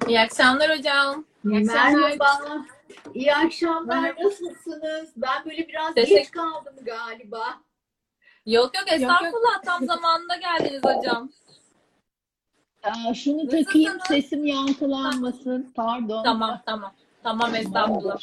İyi akşamlar hocam. İyi akşamlar. Merhaba. İyi akşamlar. Merhaba. Nasılsınız? Ben böyle biraz geç Teşekkür. kaldım galiba. Yok estağfurullah, tam zamanında geldiniz hocam. Şunu takayım, Nasılsınız? sesim yankılanmasın. Pardon. Tamam estağfurullah.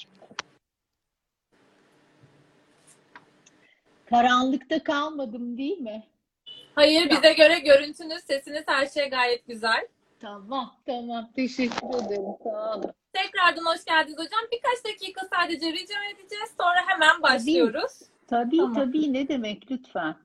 Karanlıkta kalmadım değil mi? Hayır, bize göre görüntünüz, sesiniz, her şey gayet güzel. Tamam. Teşekkür ederim. Sağ olun. Tekrardan hoş geldiniz hocam. Birkaç dakika sadece rica edeceğiz. Sonra hemen başlıyoruz. Tabii. Ne demek lütfen.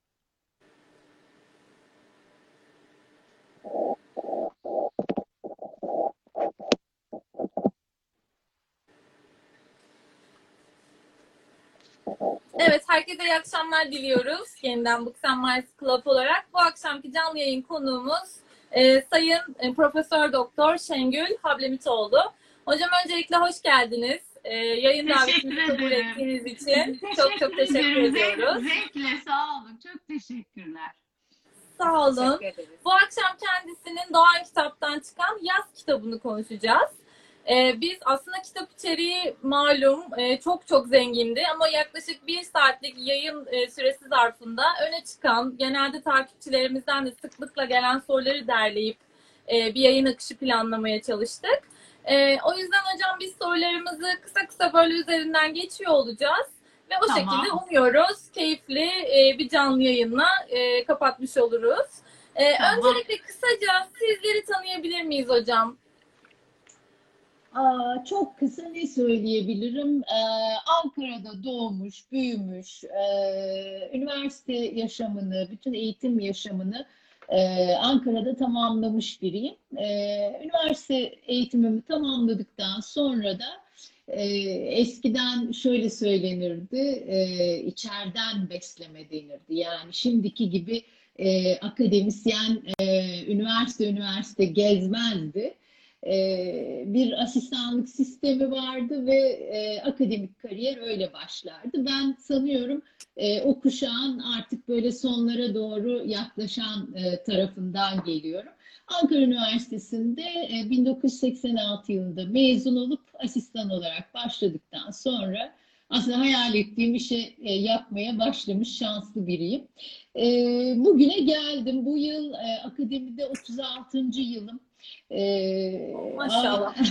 Evet, herkese iyi akşamlar diliyoruz. Yeniden Books and Minds Club olarak. Bu akşamki canlı yayın konuğumuz Sayın Profesör Doktor Şengül Hablemitoğlu. Hocam öncelikle hoş geldiniz. Yayın davetimizi kabul ettiğiniz için çok teşekkür ediyoruz. Zevkle, sağ olun. Çok teşekkürler. Sağ olun. Bu akşam kendisinin Doğan Kitap'tan çıkan Yaz kitabını konuşacağız. Biz aslında kitap içeriği malum çok zengindi ama yaklaşık 1 saatlik yayın süresi zarfında öne çıkan, genelde takipçilerimizden de sıklıkla gelen soruları derleyip bir yayın akışı planlamaya çalıştık. O yüzden hocam biz sorularımızı kısa böyle üzerinden geçiyor olacağız. Ve o şekilde umuyoruz keyifli bir canlı yayınla kapatmış oluruz. Öncelikle kısaca sizleri tanıyabilir miyiz hocam? Çok kısa ne söyleyebilirim? Ankara'da doğmuş, büyümüş, üniversite yaşamını, bütün eğitim yaşamını Ankara'da tamamlamış biriyim. Üniversite eğitimimi tamamladıktan sonra da eskiden şöyle söylenirdi, içeriden besleme denirdi. Yani şimdiki gibi akademisyen üniversite gezmezdi. Bir asistanlık sistemi vardı ve akademik kariyer öyle başlardı. Ben sanıyorum o kuşağın artık böyle sonlara doğru yaklaşan tarafından geliyorum. Ankara Üniversitesi'nde 1986 yılında mezun olup asistan olarak başladıktan sonra aslında hayal ettiğim işi yapmaya başlamış şanslı biriyim. Bugüne geldim. Bu yıl akademide 36. yılım. Maşallah.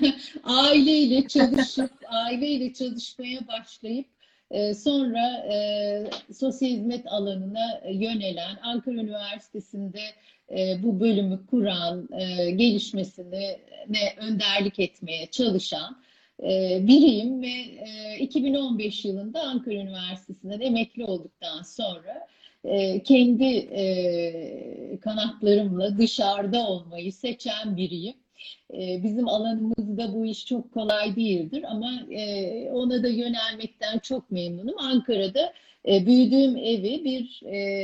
Aileyle çalışmaya başlayıp sonra sosyal hizmet alanına yönelen, Ankara Üniversitesi'nde bu bölümü kuran, gelişmesine önderlik etmeye çalışan biriyim ve 2015 yılında Ankara Üniversitesi'nden emekli olduktan sonra kendi kanatlarımla dışarıda olmayı seçen biriyim. Bizim alanımızda bu iş çok kolay değildir ama ona da yönelmekten çok memnunum. Ankara'da büyüdüğüm evi bir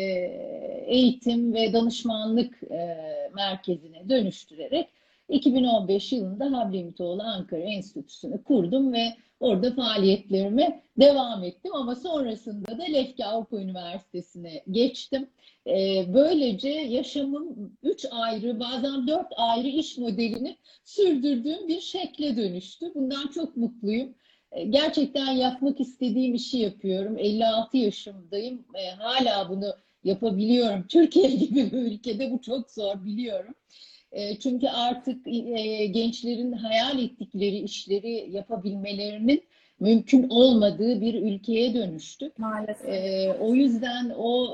eğitim ve danışmanlık merkezine dönüştürerek 2015 yılında Hablemitoğlu Ankara Enstitüsü'nü kurdum ve orada faaliyetlerime devam ettim ama sonrasında da Lefke Avrupa Üniversitesi'ne geçtim. Böylece yaşamım 3 ayrı, bazen 4 ayrı iş modelini sürdürdüğüm bir şekle dönüştü. Bundan çok mutluyum. Gerçekten yapmak istediğim işi yapıyorum. 56 yaşımdayım. Hala bunu yapabiliyorum. Türkiye gibi bir ülkede bu çok zor, biliyorum. Çünkü artık gençlerin hayal ettikleri işleri yapabilmelerinin mümkün olmadığı bir ülkeye dönüştük. Maalesef. O yüzden o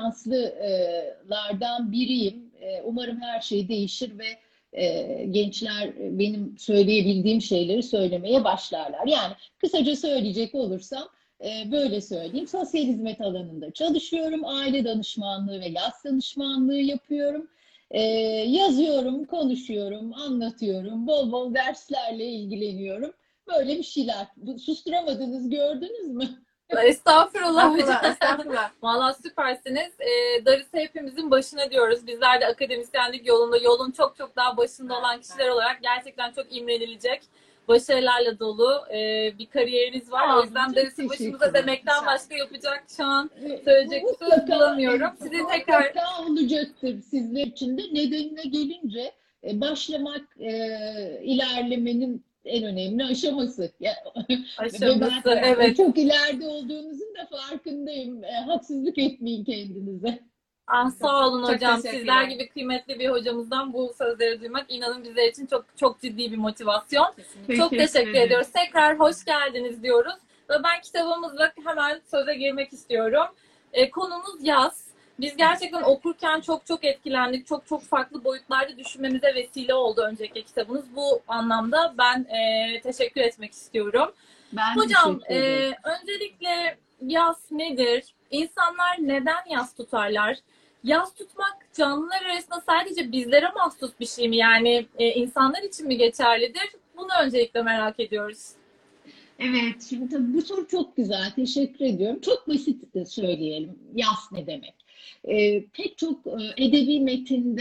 şanslılardan biriyim. Umarım her şey değişir ve gençler benim söyleyebildiğim şeyleri söylemeye başlarlar. Yani kısaca söyleyecek olursam böyle söyleyeyim. Sosyal hizmet alanında çalışıyorum. Aile danışmanlığı ve yaz danışmanlığı yapıyorum. Yazıyorum, konuşuyorum, anlatıyorum. Bol bol derslerle ilgileniyorum. Böyle bir şeyler. Susturamadınız, gördünüz mü? Estağfurullah hocam. Estağfurullah. Vallahi süpersiniz. Darısı hepimizin başına diyoruz. Bizler de akademisyenlik yolunda, yolun çok daha başında olan kişiler olarak gerçekten çok imrenilecek, başarılarla dolu bir kariyeriniz var. O yüzden darısı başımıza demekten başka yapacak şu an söyleyecek bir söz bulamıyorum. Sizin tekrar mutlaka olacaktır sizler için de. Nedenine gelince başlamak ilerlemenin en önemli aşaması. Ve Aşaması, ben evet. çok ileride olduğunuzun da farkındayım. Haksızlık etmeyin kendinize. Ah, sağ olun Çok hocam. teşekkürler. Sizler gibi kıymetli bir hocamızdan bu sözleri duymak inanın bizler için çok çok ciddi bir motivasyon. Çok teşekkür ederim. ediyoruz. Tekrar hoş geldiniz diyoruz. Ve ben kitabımızla hemen söze girmek istiyorum. Konumuz yaz. Biz gerçekten okurken çok çok etkilendik. Çok çok farklı boyutlarda düşünmemize vesile oldu öncelikle kitabınız. Bu anlamda ben teşekkür etmek istiyorum. Ben Hocam, teşekkür ederim. öncelikle yas nedir? İnsanlar neden yas tutarlar? Yas tutmak canlılar arasında sadece bizlere mahsus bir şey mi? Yani insanlar için mi geçerlidir? Bunu öncelikle merak ediyoruz. Evet, şimdi tabii bu soru çok güzel. Teşekkür ediyorum. Çok basit de söyleyelim. Yas ne demek? Pek çok edebi metinde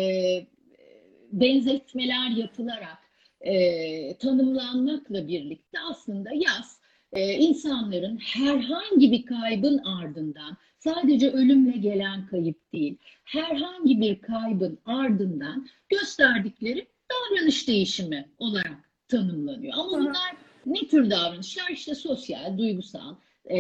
benzetmeler yapılarak tanımlanmakla birlikte aslında yas insanların herhangi bir kaybın ardından sadece ölümle gelen kayıp değil, herhangi bir kaybın ardından gösterdikleri davranış değişimi olarak tanımlanıyor. Ama bunlar ne tür davranışlar? İşte sosyal, duygusal,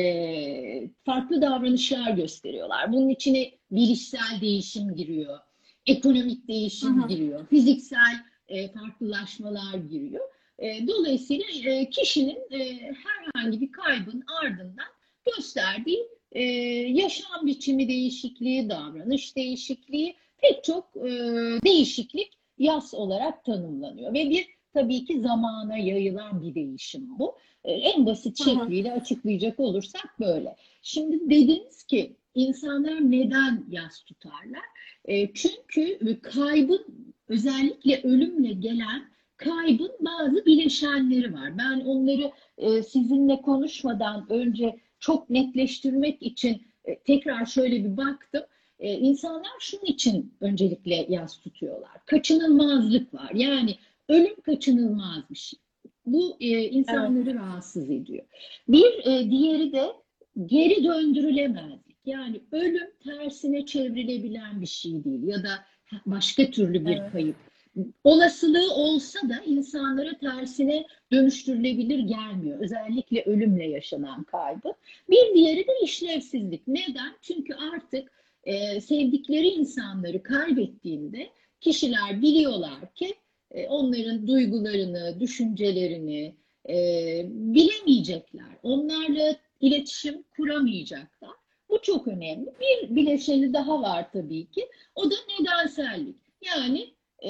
farklı davranışlar gösteriyorlar. Bunun içine bilişsel değişim giriyor, ekonomik değişim giriyor, fiziksel farklılaşmalar giriyor. Dolayısıyla kişinin herhangi bir kaybın ardından gösterdiği yaşam biçimi değişikliği, davranış değişikliği, pek çok değişiklik yas olarak tanımlanıyor. Ve tabii ki zamana yayılan bir değişim bu. En basit şekliyle açıklayacak olursak böyle. Şimdi dediniz ki insanlar neden yas tutarlar? Çünkü kaybın, özellikle ölümle gelen kaybın bazı bileşenleri var. Ben onları sizinle konuşmadan önce çok netleştirmek için tekrar şöyle bir baktım. İnsanlar şunun için öncelikle yas tutuyorlar. Kaçınılmazlık var. Yani ölüm kaçınılmaz bir şey. Bu insanları rahatsız ediyor. Bir diğeri de geri döndürülemezlik. Yani ölüm tersine çevrilebilen bir şey değil ya da başka türlü bir kayıp. Olasılığı olsa da insanlara tersine dönüştürülebilir gelmiyor. Özellikle ölümle yaşanan kaybı. Bir diğeri de işlevsizlik. Neden? Çünkü artık sevdikleri insanları kaybettiğinde kişiler biliyorlar ki onların duygularını, düşüncelerini bilemeyecekler. Onlarla iletişim kuramayacaklar. Bu çok önemli. Bir bileşeni daha var tabii ki. O da nedensellik. Yani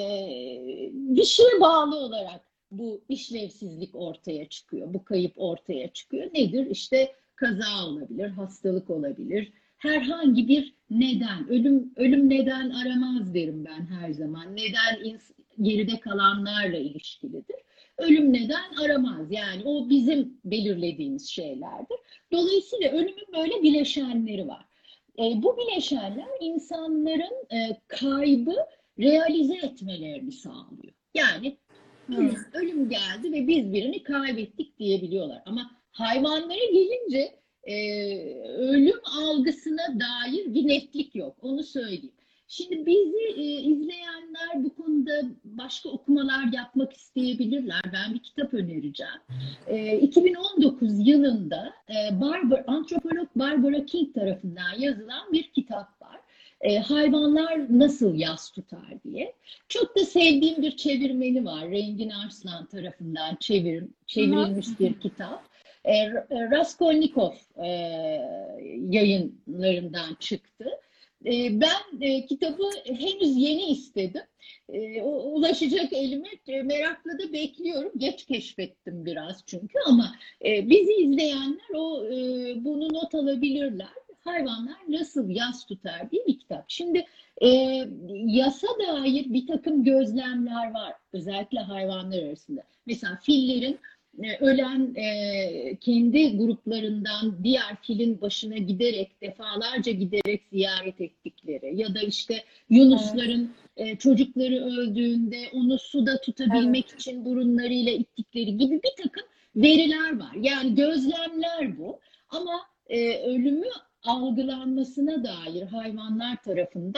bir şeye bağlı olarak bu işlevsizlik ortaya çıkıyor. Bu kayıp ortaya çıkıyor. Nedir? İşte kaza olabilir, hastalık olabilir. Herhangi bir neden. Ölüm neden aramaz derim ben her zaman. Neden geride kalanlarla ilişkilidir. Ölüm neden aramaz. Yani o bizim belirlediğimiz şeylerdir. Dolayısıyla ölümün böyle bileşenleri var. Bu bileşenler insanların kaybı realize etmelerini sağlıyor. Yani ölüm geldi ve biz birini kaybettik diyebiliyorlar. Ama hayvanlara gelince ölüm algısına dair bir netlik yok. Onu söyleyeyim. Şimdi bizi izleyenler bu konuda başka okumalar yapmak isteyebilirler. Ben bir kitap önereceğim. 2019 yılında antropolog Barbara King tarafından yazılan bir kitap var. Hayvanlar nasıl yas tutar diye. Çok da sevdiğim bir çevirmeni var. Rengin Arslan tarafından çevrilmiş bir kitap. Raskolnikov yayınlarından çıktı. Ben kitabı henüz yeni istedim. Ulaşacak elime merakla da bekliyorum. Geç keşfettim biraz çünkü ama bizi izleyenler bunu not alabilirler. Hayvanlar nasıl yas tutar diye bir kitap. Şimdi yasa dair bir takım gözlemler var. Özellikle hayvanlar arasında. Mesela fillerin ölen kendi gruplarından diğer filin başına defalarca giderek ziyaret ettikleri ya da işte yunusların çocukları öldüğünde onu suda tutabilmek için burunlarıyla ittikleri gibi bir takım veriler var. Yani gözlemler bu. Ama ölümü algılanmasına dair hayvanlar tarafından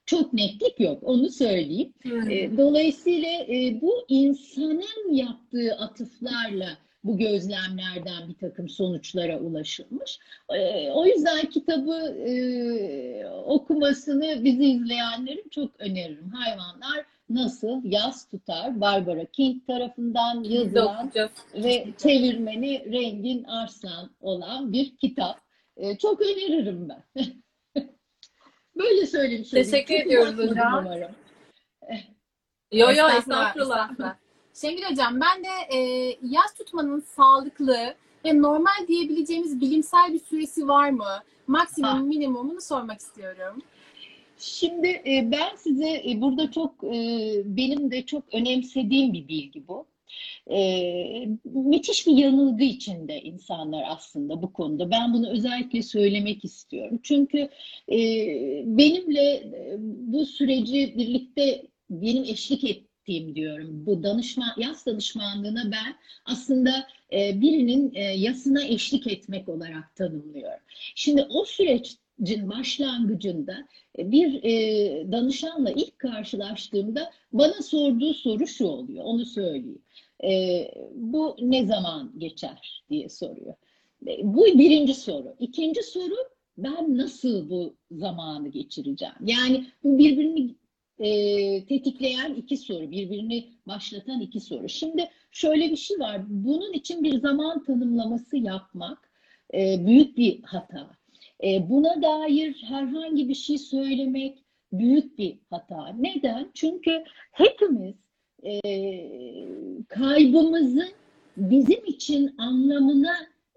çok netlik yok, onu söyleyeyim. Dolayısıyla bu insanın yaptığı atıflarla bu gözlemlerden bir takım sonuçlara ulaşılmış. O yüzden kitabı okumasını bizi izleyenlerin çok öneririm. Hayvanlar Nasıl Yas Tutar, Barbara King tarafından Biz de yazılan okuyacağız. ve çevirmeni Rengin Arslan olan bir kitap. Çok öneririm ben. Böyle söylemiş olayım. Teşekkür Çok ediyoruz uzatmadım hocam. umarım. Yo Estağfurullah, estağfurullah. estağfurullah. Şengül Hocam, ben de yaz tutmanın sağlıklı ve normal diyebileceğimiz bilimsel bir süresi var mı? Maksimum, minimumunu sormak istiyorum. Şimdi ben size burada çok benim de çok önemsediğim bir bilgi bu. Müthiş bir yanılgı içinde insanlar aslında bu konuda. Ben bunu özellikle söylemek istiyorum. Çünkü benimle bu süreci birlikte benim eşlik ettiğim diyorum. Bu yas danışmanlığına ben aslında birinin yasına eşlik etmek olarak tanımlıyorum. Şimdi o sürecin başlangıcında bir danışanla ilk karşılaştığımda bana sorduğu soru şu oluyor, onu söyleyeyim. Bu ne zaman geçer diye soruyor. Bu birinci soru. İkinci soru, ben nasıl bu zamanı geçireceğim? Yani bu birbirini tetikleyen iki soru, birbirini başlatan iki soru. Şimdi şöyle bir şey var, bunun için bir zaman tanımlaması yapmak büyük bir hata. Buna dair herhangi bir şey söylemek büyük bir hata. Neden? Çünkü hepimiz kaybımızın bizim için anlamına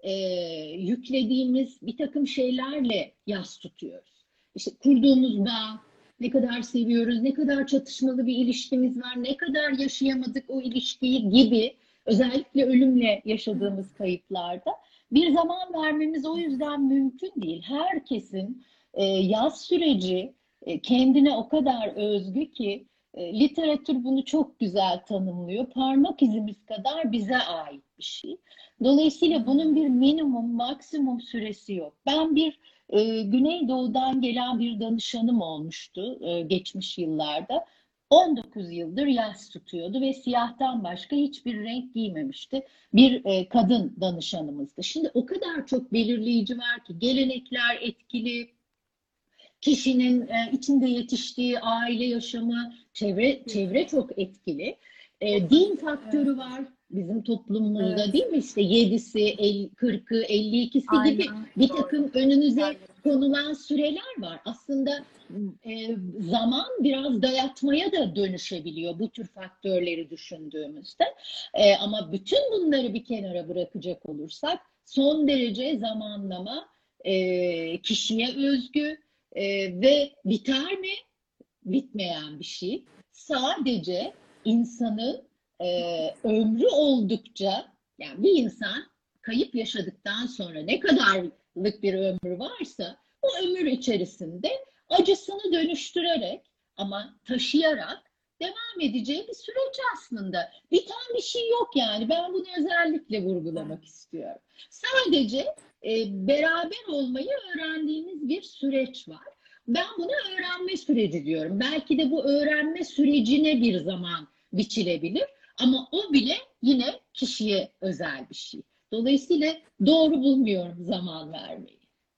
yüklediğimiz bir takım şeylerle yas tutuyoruz. İşte kurduğumuz bağ, ne kadar seviyoruz, ne kadar çatışmalı bir ilişkimiz var, ne kadar yaşayamadık o ilişkiyi gibi, özellikle ölümle yaşadığımız kayıplarda bir zaman vermemiz o yüzden mümkün değil. Herkesin yaz süreci kendine o kadar özgü ki literatür bunu çok güzel tanımlıyor. Parmak izimiz kadar bize ait bir şey. Dolayısıyla bunun bir minimum, maksimum süresi yok. Ben bir Güneydoğu'dan gelen bir danışanım olmuştu geçmiş yıllarda. 19 yıldır yas tutuyordu ve siyahtan başka hiçbir renk giymemişti. Bir kadın danışanımızdı. Şimdi o kadar çok belirleyici var ki, gelenekler etkili, kişinin içinde yetiştiği aile yaşamı, çevre çok etkili. Din faktörü var bizim toplumumuzda, değil mi? İşte 7'si, 40'ı, 52'si gibi bir takım önünüze konulan süreler var. Aslında zaman biraz dayatmaya da dönüşebiliyor bu tür faktörleri düşündüğümüzde. Ama bütün bunları bir kenara bırakacak olursak son derece zamanlama kişiye özgü ve biter mi? Bitmeyen bir şey. Sadece insanın ömrü oldukça, yani bir insan kayıp yaşadıktan sonra ne kadarlık bir ömrü varsa o ömür içerisinde acısını dönüştürerek ama taşıyarak devam edeceği bir süreç aslında. Biten bir şey yok yani. Ben bunu özellikle vurgulamak istiyorum. Sadece beraber olmayı öğrendiğimiz bir süreç var. Ben buna öğrenme süreci diyorum. Belki de bu öğrenme sürecine bir zaman biçilebilir ama o bile yine kişiye özel bir şey. Dolayısıyla doğru bulmuyorum zaman vermeyi.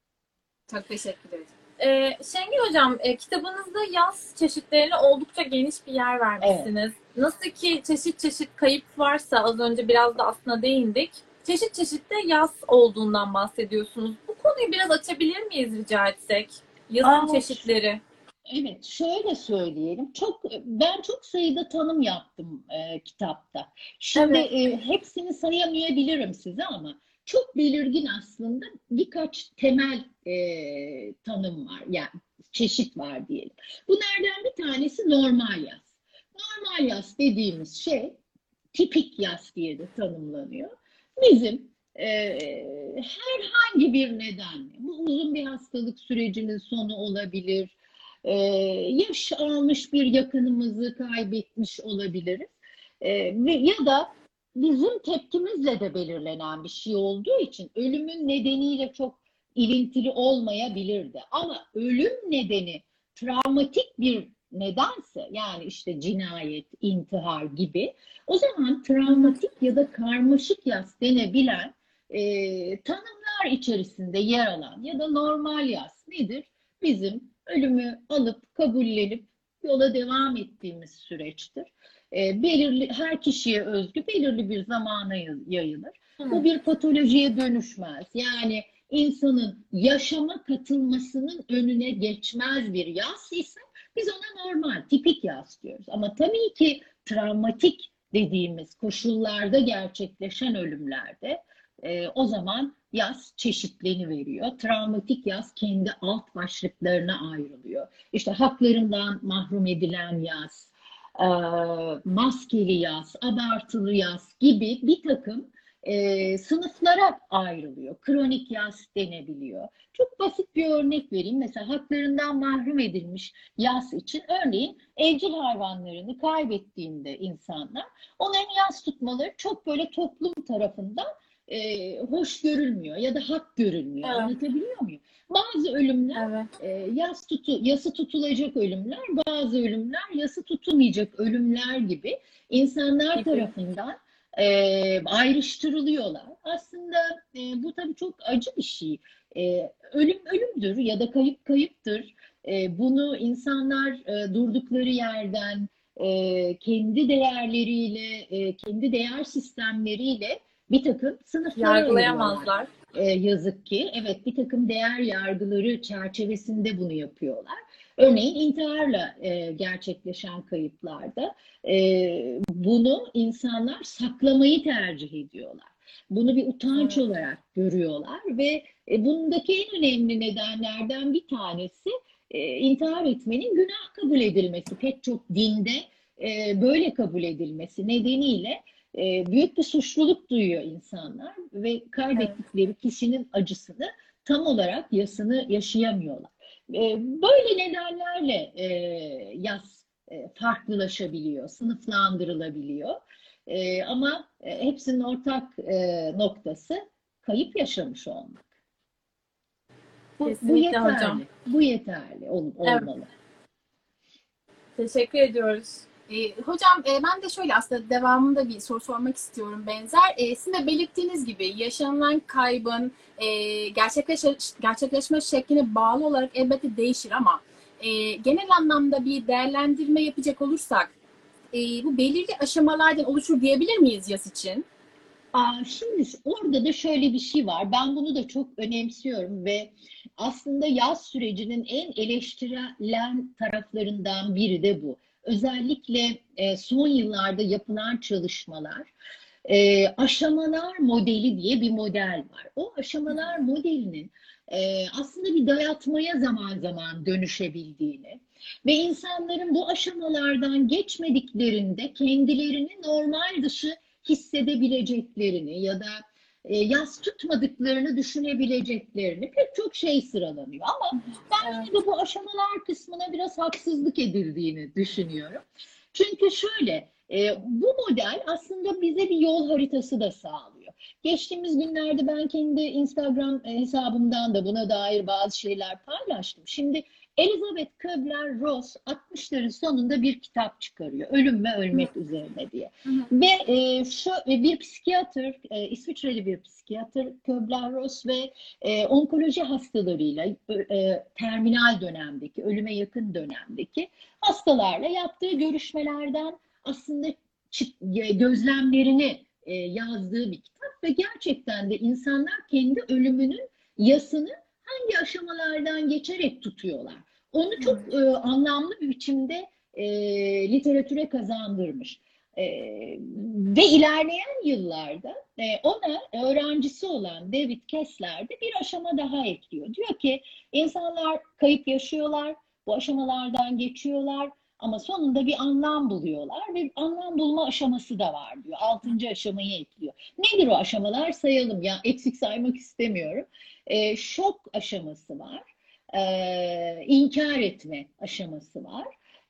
Çok teşekkür ederim. Şengül Hocam, kitabınızda yaz çeşitlerine oldukça geniş bir yer vermişsiniz. Evet. Nasıl ki çeşit çeşit kayıp varsa, az önce biraz da aslında değindik, çeşit çeşit de yaz olduğundan bahsediyorsunuz. Bu konuyu biraz açabilir miyiz rica etsek? Yazın çeşitleri. Evet, şöyle söyleyelim. Ben çok sayıda tanım yaptım kitapta. Şimdi hepsini sayamayabilirim size ama çok belirgin aslında birkaç temel tanım var. Yani çeşit var diyelim. Bunlardan bir tanesi normal yaz. Normal yaz dediğimiz şey tipik yaz diye de tanımlanıyor. Bizim herhangi bir nedenle, bu uzun bir hastalık sürecinin sonu olabilir, yaş almış bir yakınımızı kaybetmiş olabiliriz, ya da bizim tepkimizle de belirlenen bir şey olduğu için ölümün nedeniyle çok ilintili olmayabilirdi. Ama ölüm nedeni travmatik bir nedense, yani işte cinayet, intihar gibi, o zaman travmatik ya da karmaşık yas denebilen tanımlar içerisinde yer alan ya da normal yas nedir? Bizim ölümü alıp kabullenip yola devam ettiğimiz süreçtir. Belirli, her kişiye özgü belirli bir zamana yayılır. Bu bir patolojiye dönüşmez. Yani insanın yaşama katılmasının önüne geçmez bir yas ise biz ona normal, tipik yas diyoruz. Ama tabii ki travmatik dediğimiz koşullarda gerçekleşen ölümlerde o zaman yas çeşitleniveriyor. Travmatik yas kendi alt başlıklarına ayrılıyor. İşte haklarından mahrum edilen yas, maskeli yas, abartılı yas gibi bir takım sınıflara ayrılıyor. Kronik yas denebiliyor. Çok basit bir örnek vereyim. Mesela haklarından mahrum edilmiş yas için, örneğin evcil hayvanlarını kaybettiğinde insanlar, onların yas tutmaları çok böyle toplum tarafından hoş görülmüyor ya da hak görülmüyor. Evet. Anlatabiliyor muyum? Bazı ölümler yası tutulacak ölümler, bazı ölümler yası tutulmayacak ölümler gibi insanlar tarafından ayrıştırılıyorlar. Aslında bu tabii çok acı bir şey. Ölüm ölümdür ya da kayıp kayıptır. Bunu insanlar durdukları yerden kendi değerleriyle, kendi değer sistemleriyle bir takım sınıflara Yargılayamazlar. yazık ki. Evet, bir takım değer yargıları çerçevesinde bunu yapıyorlar. Örneğin intiharla gerçekleşen kayıplarda bunu insanlar saklamayı tercih ediyorlar. Bunu bir utanç olarak görüyorlar ve bundaki en önemli nedenlerden bir tanesi intihar etmenin günah kabul edilmesi. Pek çok dinde böyle kabul edilmesi nedeniyle büyük bir suçluluk duyuyor insanlar ve kaybettikleri kişinin acısını tam olarak yasını yaşayamıyorlar. Böyle nedenlerle yas farklılaşabiliyor, sınıflandırılabiliyor. Ama hepsinin ortak noktası kayıp yaşamış olmak. Bu Kesinlikle yeterli. hocam. Bu yeterli olmalı. Teşekkür ediyoruz. Hocam ben de şöyle aslında devamında bir soru sormak istiyorum benzer. Sizin de belirttiğiniz gibi yaşanılan kaybın gerçekleşme şekline bağlı olarak elbette değişir ama genel anlamda bir değerlendirme yapacak olursak bu belirli aşamalardan oluşur diyebilir miyiz yas için? Şimdi orada da şöyle bir şey var. Ben bunu da çok önemsiyorum ve aslında yaz sürecinin en eleştirilen taraflarından biri de bu. Özellikle son yıllarda yapılan çalışmalar, aşamalar modeli diye bir model var. O aşamalar modelinin aslında bir dayatmaya zaman zaman dönüşebildiğini ve insanların bu aşamalardan geçmediklerinde kendilerini normal dışı hissedebileceklerini ya da yas tutmadıklarını düşünebileceklerini pek çok şey sıralanıyor. Ama ben yine de bu aşamalar kısmına biraz haksızlık edildiğini düşünüyorum. Çünkü şöyle, bu model aslında bize bir yol haritası da sağlıyor. Geçtiğimiz günlerde ben kendi Instagram hesabımdan da buna dair bazı şeyler paylaştım. Şimdi Elizabeth Kübler-Ross 60'ların sonunda bir kitap çıkarıyor. Ölüm ve ölmek üzerine diye. Ve bir psikiyatr, İsviçreli bir psikiyatr Kübler-Ross ve onkoloji hastalarıyla terminal dönemdeki, ölüme yakın dönemdeki hastalarla yaptığı görüşmelerden aslında gözlemlerini yazdığı bir kitap ve gerçekten de insanlar kendi ölümünün yasını hangi aşamalardan geçerek tutuyorlar. Onu çok anlamlı bir biçimde literatüre kazandırmış. Ve ilerleyen yıllarda ona öğrencisi olan David Kessler de bir aşama daha ekliyor. Diyor ki insanlar kayıp yaşıyorlar, bu aşamalardan geçiyorlar ama sonunda bir anlam buluyorlar ve anlam bulma aşaması da var diyor. 6. aşamayı ekliyor. Nedir o aşamalar? Sayalım. Ya eksik saymak istemiyorum. Şok aşaması var. İnkar etme aşaması var.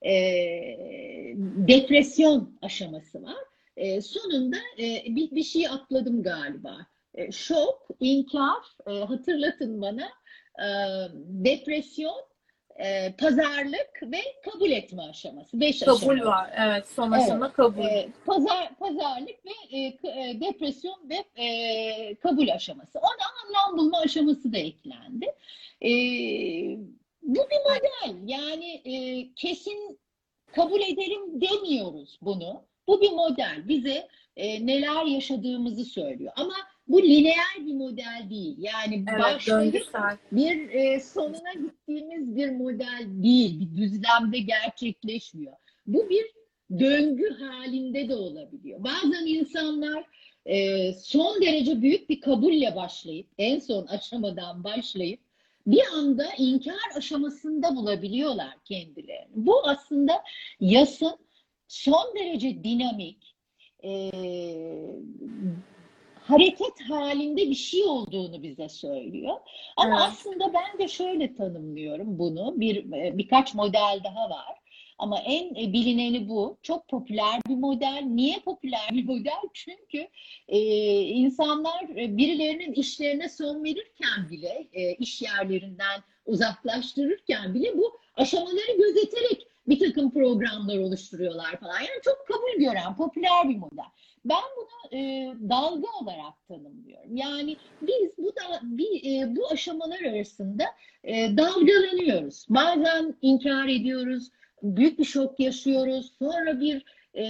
Depresyon aşaması var. Sonunda bir şey atladım galiba. Şok, inkar, hatırlatın bana, depresyon, pazarlık ve kabul etme aşaması. 5 Kabul aşama. var. Evet. Son Evet. aşama kabul. Pazarlık ve depresyon ve kabul aşaması. Ona anlam bulma aşaması da eklendi. Bu bir model. Yani kesin kabul ederim demiyoruz bunu. Bu bir model. Bize neler yaşadığımızı söylüyor. Ama bu lineer bir model değil. Yani Evet, başlayıp döngüsel. bir sonuna gittiğimiz bir model değil. Bir düzlemde gerçekleşmiyor. Bu bir döngü halinde de olabiliyor. Bazen insanlar son derece büyük bir kabulle başlayıp, en son aşamadan başlayıp bir anda inkar aşamasında bulabiliyorlar kendilerini. Bu aslında YAS'ın son derece dinamik, hareket halinde bir şey olduğunu bize söylüyor. Ama Evet. aslında ben de şöyle tanımlıyorum bunu. Birkaç model daha var. Ama en bilineni bu. Çok popüler bir model. Niye popüler bir model? Çünkü insanlar birilerinin işlerine son verirken bile, iş yerlerinden uzaklaştırırken bile bu aşamaları gözeterek bir takım programlar oluşturuyorlar falan. Yani çok kabul gören, popüler bir model. Ben bunu dalga olarak tanımlıyorum. Yani biz bu aşamalar arasında dalgalanıyoruz. Bazen inkar ediyoruz, büyük bir şok yaşıyoruz. Sonra bir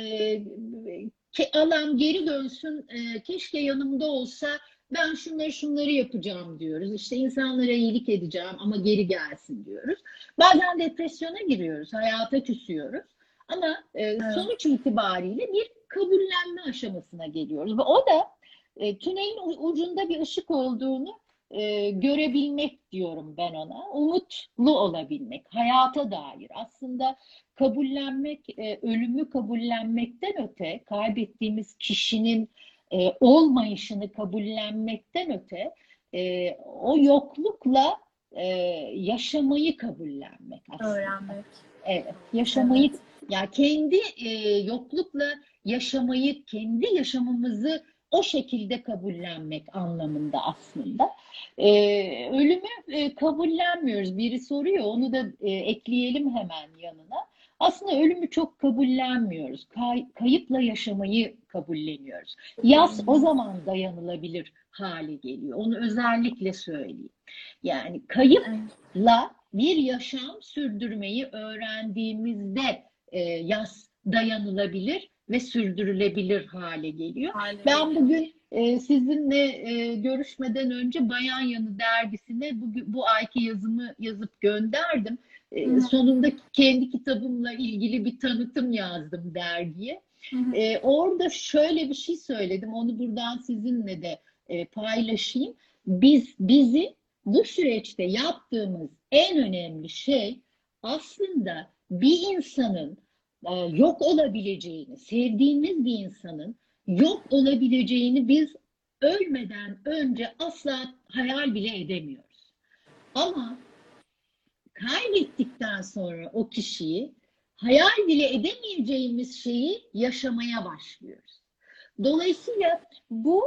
alan geri dönsün, keşke yanımda olsa, ben şunları yapacağım diyoruz. İşte insanlara iyilik edeceğim ama geri gelsin diyoruz. Bazen depresyona giriyoruz, hayata küsüyoruz. Ama sonuç itibariyle bir kabullenme aşamasına geliyoruz. Ve o da tünelin ucunda bir ışık olduğunu görebilmek diyorum ben ona. Umutlu olabilmek, hayata dair. Aslında kabullenmek, ölümü kabullenmekten öte, kaybettiğimiz kişinin olmayışını kabullenmekten öte, o yoklukla yaşamayı kabullenmek aslında. Öğrenmek. Evet, yaşamayı, Evet. yani kendi yoklukla yaşamayı, kendi yaşamımızı o şekilde kabullenmek anlamında aslında. Ölümü kabullenmiyoruz. Biri soruyor, onu da ekleyelim hemen yanına. Aslında ölümü çok kabullenmiyoruz. Kayıpla yaşamayı kabulleniyoruz. Yas o zaman dayanılabilir hale geliyor. Onu özellikle söyleyeyim. Yani kayıpla bir yaşam sürdürmeyi öğrendiğimizde yas dayanılabilir ve sürdürülebilir hale geliyor. Ben bugün sizinle görüşmeden önce Bayan Yanı dergisine bu ayki yazımı yazıp gönderdim. Sonunda kendi kitabımla ilgili bir tanıtım yazdım dergiye. Orada şöyle bir şey söyledim. Onu buradan sizinle de paylaşayım. Bizi bu süreçte yaptığımız en önemli şey aslında bir insanın yok olabileceğini, sevdiğimiz bir insanın yok olabileceğini biz ölmeden önce asla hayal bile edemiyoruz. Ama kaybettikten sonra o kişiyi hayal bile edemeyeceğimiz şeyi yaşamaya başlıyoruz. Dolayısıyla bu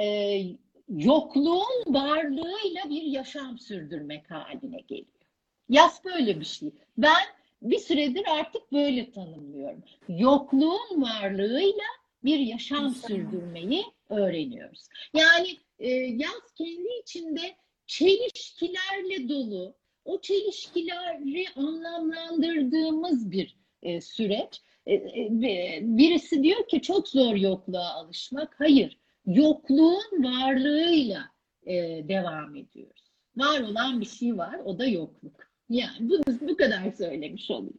yokluğun varlığıyla bir yaşam sürdürmek haline geliyor. Yas böyle bir şey. Ben bir süredir artık böyle tanımlıyorum. Yokluğun varlığıyla bir yaşam sürdürmeyi öğreniyoruz. Yani yas kendi içinde çelişkilerle dolu, o çelişkileri anlamlandırdığımız bir süreç. Birisi diyor ki çok zor yokluğa alışmak. Hayır, yokluğun varlığıyla devam ediyoruz. Var olan bir şey var, o da yokluk. Yani bu kadar söylemiş olayım.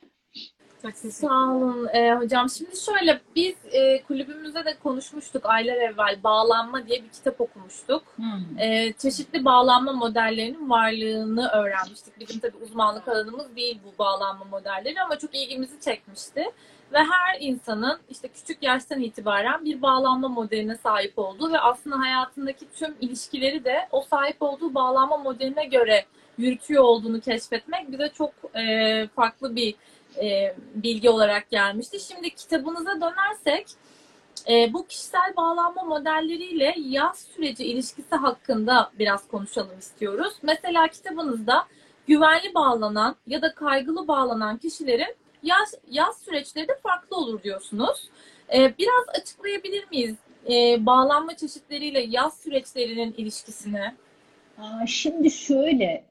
Sağ olun hocam. Şimdi şöyle, biz kulübümüzde de konuşmuştuk aylar evvel. Bağlanma diye bir kitap okumuştuk. Çeşitli bağlanma modellerinin varlığını öğrenmiştik. Bizim tabii uzmanlık alanımız değil bu bağlanma modelleri ama çok ilgimizi çekmişti. Ve her insanın işte küçük yaştan itibaren bir bağlanma modeline sahip olduğu ve aslında hayatındaki tüm ilişkileri de o sahip olduğu bağlanma modeline göre yürütüyor olduğunu keşfetmek bize çok farklı bir bilgi olarak gelmişti. Şimdi kitabınıza dönersek bu kişisel bağlanma modelleriyle yaz süreci ilişkisi hakkında biraz konuşalım istiyoruz. Mesela kitabınızda güvenli bağlanan ya da kaygılı bağlanan kişilerin yaz süreçleri de farklı olur diyorsunuz. Biraz açıklayabilir miyiz bağlanma çeşitleriyle yaz süreçlerinin ilişkisini? Şimdi şöyle,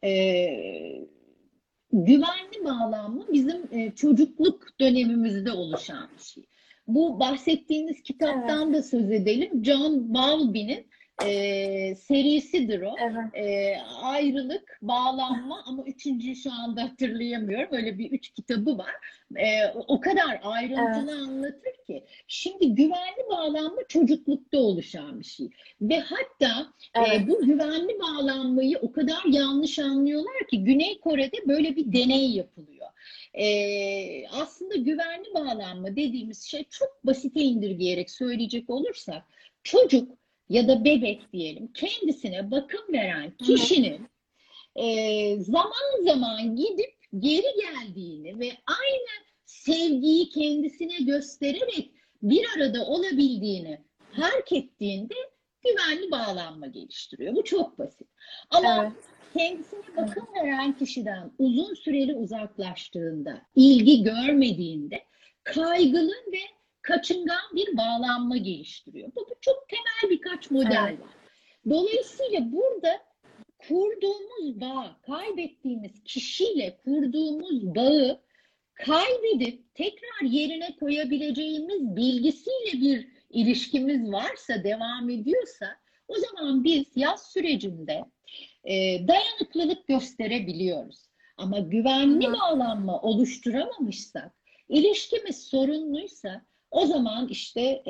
güvenli bağlanma bizim çocukluk dönemimizde oluşan bir şey. Bu bahsettiğiniz kitaptan da söz edelim. John Bowlby'nin serisidir o. Evet. Ayrılık, bağlanma ama üçüncüyü şu anda hatırlayamıyorum. Öyle bir 3 kitabı var. O kadar ayrıntılı anlatır ki. Şimdi güvenli bağlanma çocuklukta oluşan bir şey. Ve hatta bu güvenli bağlanmayı o kadar yanlış anlıyorlar ki Güney Kore'de böyle bir deney yapılıyor. Aslında güvenli bağlanma dediğimiz şey, çok basite indirgeyerek söyleyecek olursak, çocuk ya da bebek diyelim, kendisine bakım veren kişinin zaman zaman gidip geri geldiğini ve aynı sevgiyi kendisine göstererek bir arada olabildiğini fark ettiğinde güvenli bağlanma geliştiriyor. Bu çok basit. Ama kendisine bakım veren kişiden uzun süreli uzaklaştığında, ilgi görmediğinde kaygılı ve kaçıngan bir bağlanma geliştiriyor. Bu çok temel birkaç model var. Dolayısıyla burada kurduğumuz bağ, kaybettiğimiz kişiyle kurduğumuz bağı kaybedip tekrar yerine koyabileceğimiz bilgisiyle bir ilişkimiz varsa, devam ediyorsa, o zaman biz yaz sürecinde dayanıklılık gösterebiliyoruz. Ama güvenli bağlanma oluşturamamışsak, ilişkimiz sorunluysa, o zaman işte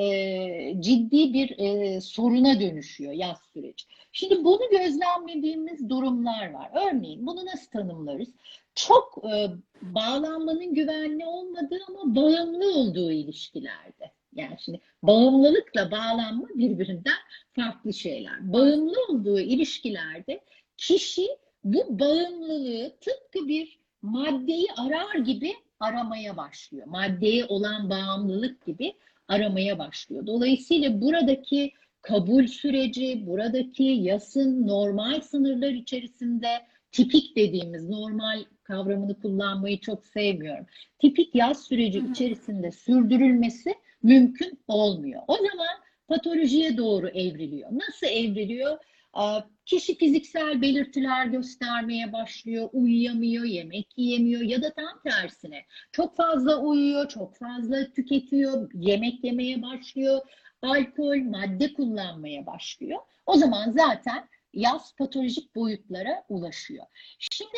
ciddi bir soruna dönüşüyor yaz süreci. Şimdi bunu gözlemlediğimiz durumlar var. Örneğin bunu nasıl tanımlarız? Çok bağlanmanın güvenli olmadığı ama bağımlı olduğu ilişkilerde. Yani şimdi bağımlılıkla bağlanma birbirinden farklı şeyler. Bağımlı olduğu ilişkilerde kişi bu bağımlılığı tıpkı bir maddeyi arar gibi aramaya başlıyor. Maddeye olan bağımlılık gibi aramaya başlıyor. Dolayısıyla buradaki kabul süreci, buradaki yasın normal sınırlar içerisinde, tipik dediğimiz, normal kavramını kullanmayı çok sevmiyorum, tipik yaz süreci içerisinde sürdürülmesi mümkün olmuyor. O zaman patolojiye doğru evriliyor. Nasıl evriliyor? Kişi fiziksel belirtiler göstermeye başlıyor, uyuyamıyor, yemek yiyemiyor ya da tam tersine çok fazla uyuyor, çok fazla tüketiyor, yemek yemeye başlıyor, alkol, madde kullanmaya başlıyor. O zaman zaten yaz patolojik boyutlara ulaşıyor. Şimdi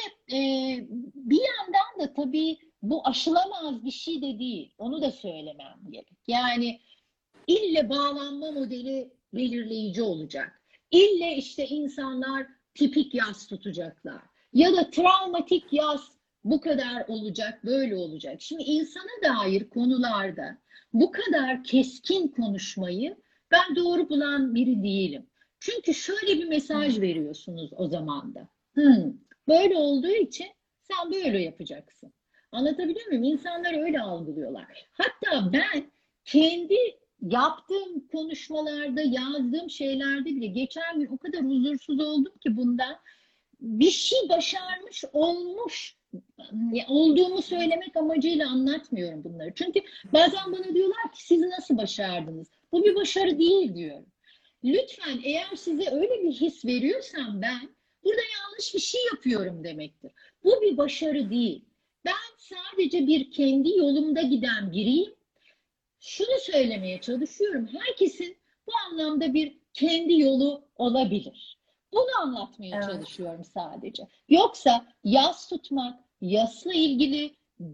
bir yandan da tabii bu aşılamaz bir şey de değil. Onu da söylemem gerek. Yani ille bağlanma modeli belirleyici olacak. İlle işte insanlar tipik yaz tutacaklar. Ya da travmatik yaz bu kadar olacak, böyle olacak. Şimdi insana dair konularda bu kadar keskin konuşmayı ben doğru bulan biri değilim. Çünkü şöyle bir mesaj veriyorsunuz o zaman da. Böyle olduğu için sen böyle yapacaksın. Anlatabiliyor muyum? İnsanlar öyle algılıyorlar. Hatta ben kendi yaptığım konuşmalarda, yazdığım şeylerde bile geçen gün o kadar huzursuz oldum ki bundan. Bir şey başarmış olmuş olduğumu söylemek amacıyla anlatmıyorum bunları. Çünkü bazen bana diyorlar ki siz nasıl başardınız? Bu bir başarı değil diyorum. Lütfen, eğer size öyle bir his veriyorsam ben burada yanlış bir şey yapıyorum demektir. Bu bir başarı değil. Ben sadece bir kendi yolumda giden biriyim. Şunu söylemeye çalışıyorum. Herkesin bu anlamda bir kendi yolu olabilir. Bunu anlatmaya çalışıyorum sadece. Yoksa yas tutmak, yasla ilgili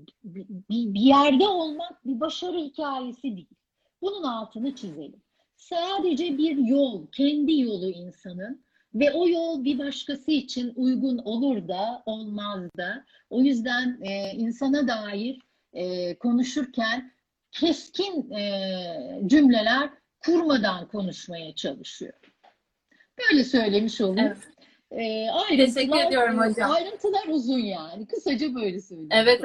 bir yerde olmak bir başarı hikayesi değil. Bunun altını çizelim. Sadece bir yol, kendi yolu insanın ve o yol bir başkası için uygun olur da olmaz da. O yüzden insana dair konuşurken keskin cümleler kurmadan konuşmaya çalışıyor. Böyle söylemiş olayım. Teşekkür ediyorum hocam. Ayrıntılar uzun yani. Kısaca böyle söyleyeyim.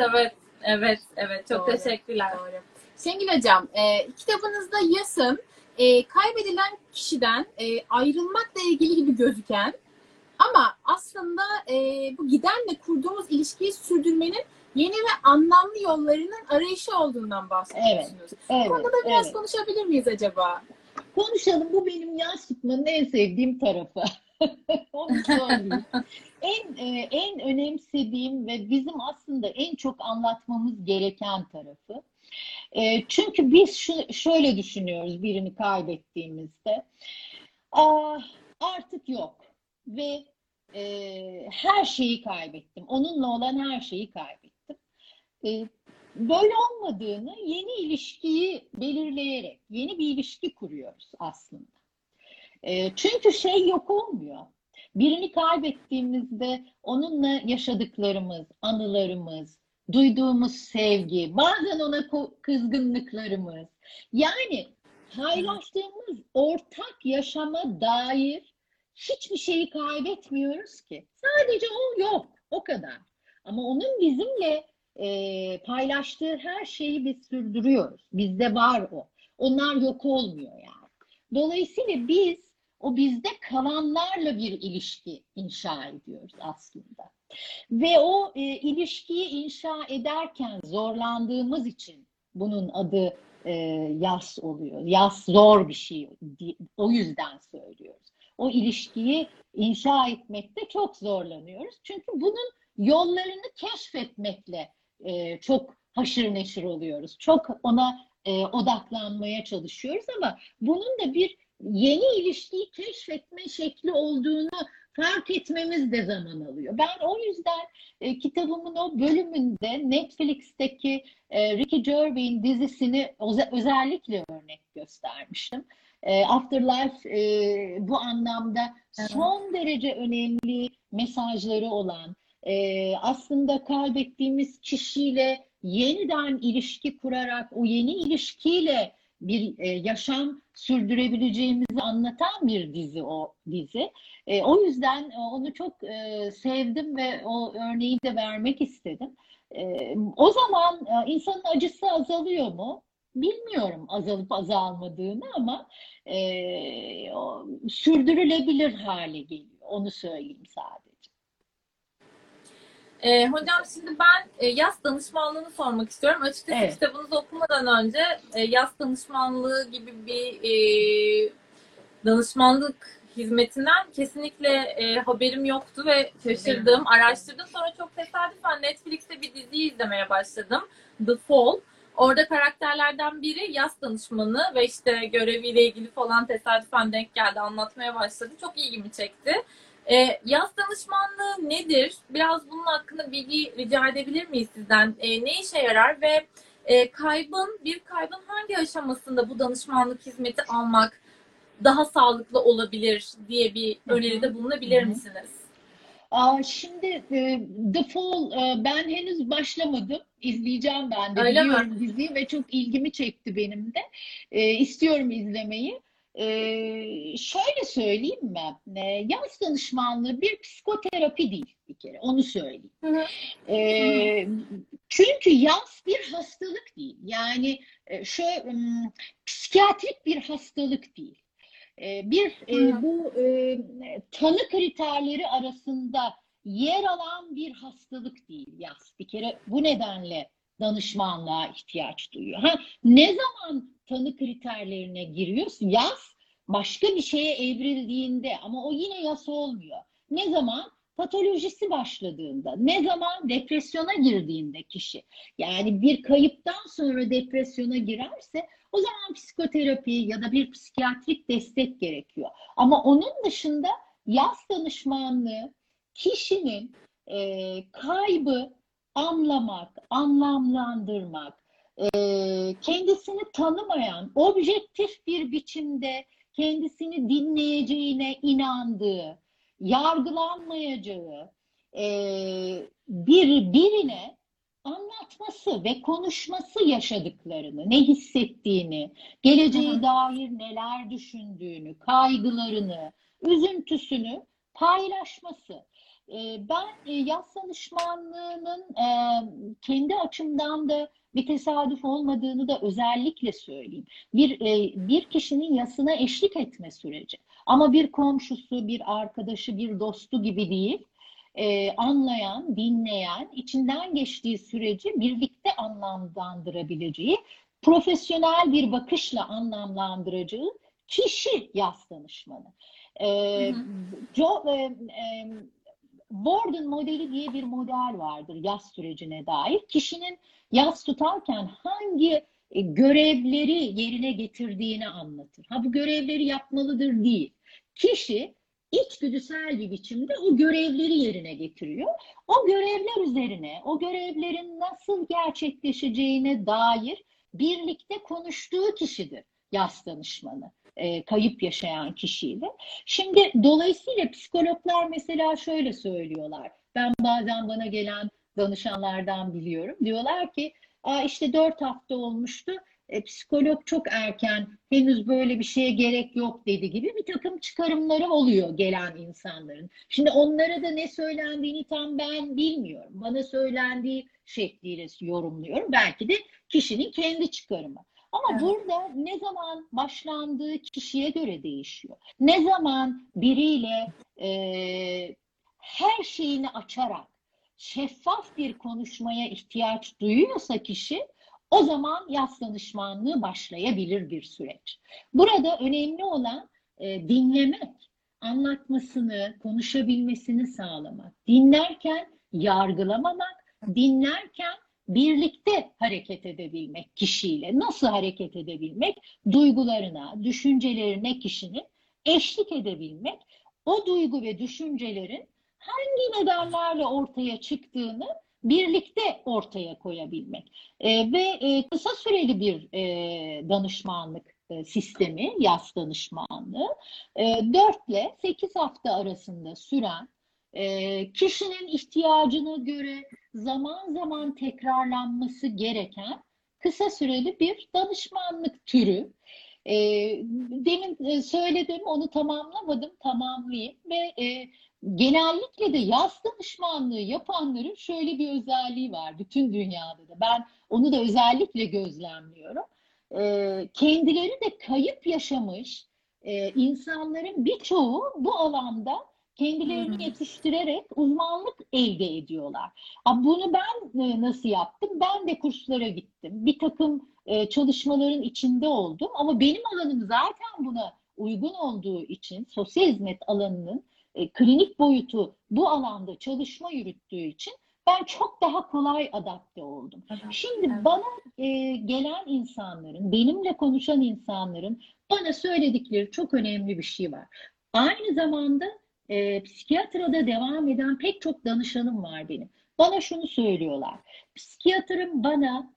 Evet. Çok teşekkürler. Doğru. Şengül Hocam, kitabınızda yasın kaybedilen kişiden ayrılmakla ilgili gibi gözüken Ama aslında bu gidenle kurduğumuz ilişkiyi sürdürmenin yeni ve anlamlı yollarının arayışı olduğundan bahsediyorsunuz. Evet, Bu konuda da biraz evet. konuşabilir miyiz acaba? Konuşalım. Bu benim yaz tutmanın en sevdiğim tarafı. Onu söyleyeyim. En önemsediğim ve bizim aslında en çok anlatmamız gereken tarafı. Çünkü biz şöyle düşünüyoruz birini kaybettiğimizde. Artık yok ve her şeyi kaybettim. Onunla olan her şeyi kaybettim. Böyle olmadığını yeni ilişkiyi belirleyerek yeni bir ilişki kuruyoruz aslında. Çünkü şey yok olmuyor. Birini kaybettiğimizde onunla yaşadıklarımız, anılarımız, duyduğumuz sevgi, bazen ona kızgınlıklarımız, yani paylaştığımız ortak yaşama dair hiçbir şeyi kaybetmiyoruz ki. Sadece o yok, o kadar. Ama onun bizimle paylaştığı her şeyi biz sürdürüyoruz. Bizde var o. Onlar yok olmuyor yani. Dolayısıyla biz o bizde kalanlarla bir ilişki inşa ediyoruz aslında. Ve o ilişkiyi inşa ederken zorlandığımız için bunun adı yas oluyor. Yas zor bir şey. O yüzden söylüyoruz. O ilişkiyi inşa etmekte çok zorlanıyoruz. Çünkü bunun yollarını keşfetmekle çok haşır neşir oluyoruz. Çok ona odaklanmaya çalışıyoruz ama bunun da bir yeni ilişkiyi keşfetme şekli olduğunu fark etmemiz de zaman alıyor. Ben o yüzden kitabımın o bölümünde Netflix'teki Ricky Gervais'in dizisini özellikle örnek göstermiştim. Afterlife bu anlamda son derece önemli mesajları olan, aslında kaybettiğimiz kişiyle yeniden ilişki kurarak o yeni ilişkiyle bir yaşam sürdürebileceğimizi anlatan bir dizi o dizi. O yüzden onu çok sevdim ve o örneği de vermek istedim. O zaman insanın acısı azalıyor mu? Bilmiyorum azalıp azalmadığını ama sürdürülebilir hale geliyor. Onu söyleyeyim sadece. Hocam şimdi ben yaz danışmanlığını sormak istiyorum. Açıkçası Evet. kitabınızı okumadan önce yaz danışmanlığı gibi bir danışmanlık hizmetinden kesinlikle haberim yoktu ve şaşırdım, araştırdım. Sonra çok tesadüfen Netflix'te bir diziyi izlemeye başladım. The Fall. Orada karakterlerden biri yaz danışmanı ve işte göreviyle ilgili falan tesadüfen denk geldi, anlatmaya başladı. Çok ilgimi çekti. Yaz danışmanlığı nedir? Biraz bunun hakkında bilgi rica edebilir miyiz sizden? Ne işe yarar ve bir kaybın hangi aşamasında bu danışmanlık hizmeti almak daha sağlıklı olabilir diye bir öneride bulunabilir misiniz? Şimdi The Fall ben henüz başlamadım. İzleyeceğim ben de. Öyle mi? Biliyorum diziyi ve çok ilgimi çekti benim de. İstiyorum izlemeyi. Şöyle söyleyeyim mi? Yaz danışmanlığı bir psikoterapi değil bir kere. Onu söyleyeyim. Hı hı. Çünkü yaz bir hastalık değil. Yani psikiyatrik bir hastalık değil. Bu tanı kriterleri arasında yer alan bir hastalık değil yaz. Bir kere bu nedenle danışmanlığa ihtiyaç duyuyor. Ne zaman tanı kriterlerine giriyorsun? Yaz başka bir şeye evrildiğinde ama o yine yas olmuyor. Ne zaman? Patolojisi başladığında, ne zaman depresyona girdiğinde kişi. Yani bir kayıptan sonra depresyona girerse o zaman psikoterapi ya da bir psikiyatrik destek gerekiyor. Ama onun dışında yaz danışmanlığı kişinin kaybı anlamak, anlamlandırmak, kendisini tanımayan, objektif bir biçimde kendisini dinleyeceğine inandığı, yargılanmayacağı birine anlatması ve konuşması yaşadıklarını, ne hissettiğini, geleceğe dair neler düşündüğünü, kaygılarını, üzüntüsünü paylaşması. Ben yaz danışmanlığının kendi açımdan da bir tesadüf olmadığını da özellikle söyleyeyim. Bir kişinin yasına eşlik etme süreci. Ama bir komşusu, bir arkadaşı, bir dostu gibi değil. Anlayan, dinleyen, içinden geçtiği süreci birlikte anlamlandırabileceği, profesyonel bir bakışla anlamlandıracağı kişi yas danışmanı. Worden modeli diye bir model vardır yas sürecine dair. Kişinin yas tutarken hangi görevleri yerine getirdiğini anlatır. Bu görevleri yapmalıdır değil. Kişi içgüdüsel bir biçimde o görevleri yerine getiriyor. O görevler üzerine, o görevlerin nasıl gerçekleşeceğine dair birlikte konuştuğu kişidir yas danışmanı, kayıp yaşayan kişiyle. Şimdi dolayısıyla psikologlar mesela şöyle söylüyorlar. Ben bazen bana gelen danışanlardan biliyorum. Diyorlar ki işte 4 hafta olmuştu. Psikolog çok erken, henüz böyle bir şeye gerek yok dedi gibi bir takım çıkarımları oluyor gelen insanların. Şimdi onlara da ne söylendiğini tam ben bilmiyorum. Bana söylendiği şekliyle yorumluyorum. Belki de kişinin kendi çıkarımı. Ama Evet. burada ne zaman başlandığı kişiye göre değişiyor. Ne zaman biriyle her şeyini açarak şeffaf bir konuşmaya ihtiyaç duyuyorsa kişi, o zaman yas danışmanlığı başlayabilir bir süreç. Burada önemli olan dinlemek, anlatmasını, konuşabilmesini sağlamak. Dinlerken yargılamamak, dinlerken birlikte hareket edebilmek kişiyle. Nasıl hareket edebilmek? Duygularına, düşüncelerine kişinin eşlik edebilmek. O duygu ve düşüncelerin hangi nedenlerle ortaya çıktığını birlikte ortaya koyabilmek. Kısa süreli bir danışmanlık sistemi, yas danışmanlığı, 4 ile 8 hafta arasında süren, kişinin ihtiyacına göre zaman zaman tekrarlanması gereken kısa süreli bir danışmanlık türü. Demin söyledim, onu tamamlamadım, tamamlayayım ve genellikle de yas danışmanlığı yapanların şöyle bir özelliği var bütün dünyada da. Ben onu da özellikle gözlemliyorum. Kendileri de kayıp yaşamış insanların birçoğu bu alanda kendilerini yetiştirerek uzmanlık elde ediyorlar. Bunu ben nasıl yaptım? Ben de kurslara gittim. Bir takım çalışmaların içinde oldum. Ama benim alanım zaten buna uygun olduğu için, sosyal hizmet alanının klinik boyutu bu alanda çalışma yürüttüğü için ben çok daha kolay adapte oldum. Şimdi bana gelen insanların, benimle konuşan insanların bana söyledikleri çok önemli bir şey var. Aynı zamanda psikiyatrada devam eden pek çok danışanım var benim. Bana şunu söylüyorlar. Psikiyatrım bana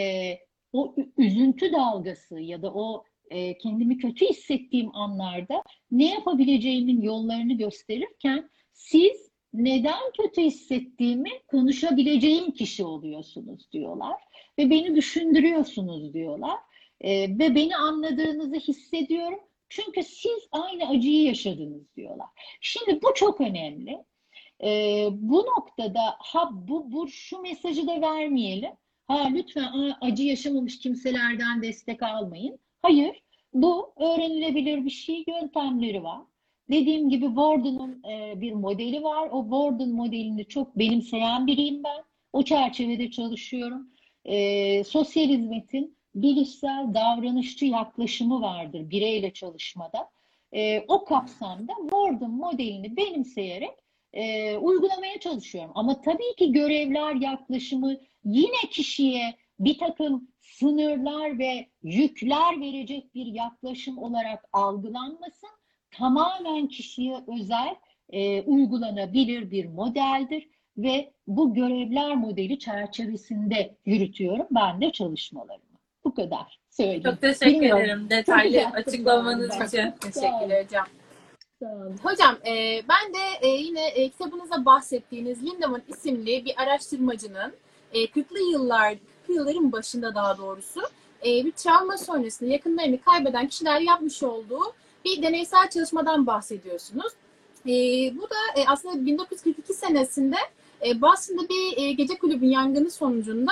o üzüntü dalgası ya da o kendimi kötü hissettiğim anlarda ne yapabileceğimin yollarını gösterirken siz neden kötü hissettiğimi konuşabileceğim kişi oluyorsunuz diyorlar. Ve beni düşündürüyorsunuz diyorlar. Ve beni anladığınızı hissediyorum. Çünkü siz aynı acıyı yaşadınız diyorlar. Şimdi bu çok önemli. Bu noktada şu mesajı da vermeyelim. Lütfen acı yaşamamış kimselerden destek almayın. Hayır, bu öğrenilebilir bir şey, yöntemleri var. Dediğim gibi Worden'un bir modeli var. O Worden modelini çok benimseyen biriyim ben. O çerçevede çalışıyorum. Sosyal hizmetin bilişsel davranışçı yaklaşımı vardır bireyle çalışmada. O kapsamda Worden modelini benimseyerek uygulamaya çalışıyorum. Ama tabii ki görevler yaklaşımı yine kişiye bir takım sınırlar ve yükler verecek bir yaklaşım olarak algılanmasın. Tamamen kişiye özel uygulanabilir bir modeldir ve bu görevler modeli çerçevesinde yürütüyorum ben de çalışmalarımı. Bu kadar söyleyeyim. Çok teşekkür Bilmiyorum. ederim detaylı açıklamanız için. Teşekkürler hocam. Hocam ben de yine kitabınızda bahsettiğiniz Lindemann isimli bir araştırmacının 40'lı yılların başında daha doğrusu bir travma sonrasında yakınlarını kaybeden kişiler yapmış olduğu bir deneysel çalışmadan bahsediyorsunuz. Bu da aslında 1942 senesinde Boston'da bir gece kulübü yangını sonucunda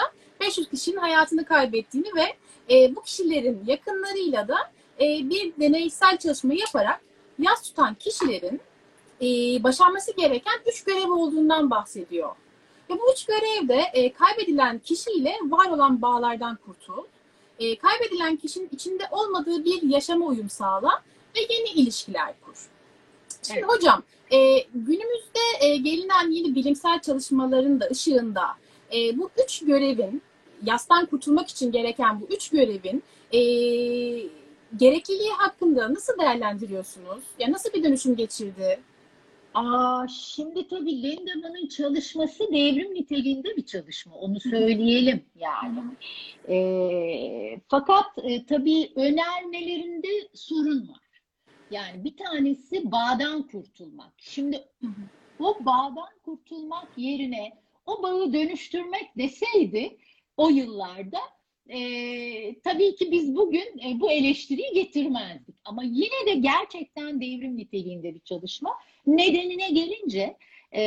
500 kişinin hayatını kaybettiğini ve bu kişilerin yakınlarıyla da bir deneysel çalışma yaparak yas tutan kişilerin başarması gereken 3 görev olduğundan bahsediyor. Ve bu 3 görevde kaybedilen kişiyle var olan bağlardan kurtul, kaybedilen kişinin içinde olmadığı bir yaşama uyum sağla ve yeni ilişkiler kur. Şimdi Evet. hocam, günümüzde gelinen yeni bilimsel çalışmaların da ışığında bu 3 görevin, yastan kurtulmak için gereken bu 3 görevin gerekliliği hakkında nasıl değerlendiriyorsunuz? Ya nasıl bir dönüşüm geçirdi? Şimdi tabii Lindemann'ın çalışması devrim niteliğinde bir çalışma. Onu söyleyelim yani. Fakat tabii önermelerinde sorun var. Yani bir tanesi bağdan kurtulmak. Şimdi o bağdan kurtulmak yerine o bağı dönüştürmek deseydi o yıllarda tabii ki biz bugün bu eleştiriyi getirmezdik. Ama yine de gerçekten devrim niteliğinde bir çalışma. Nedenine gelince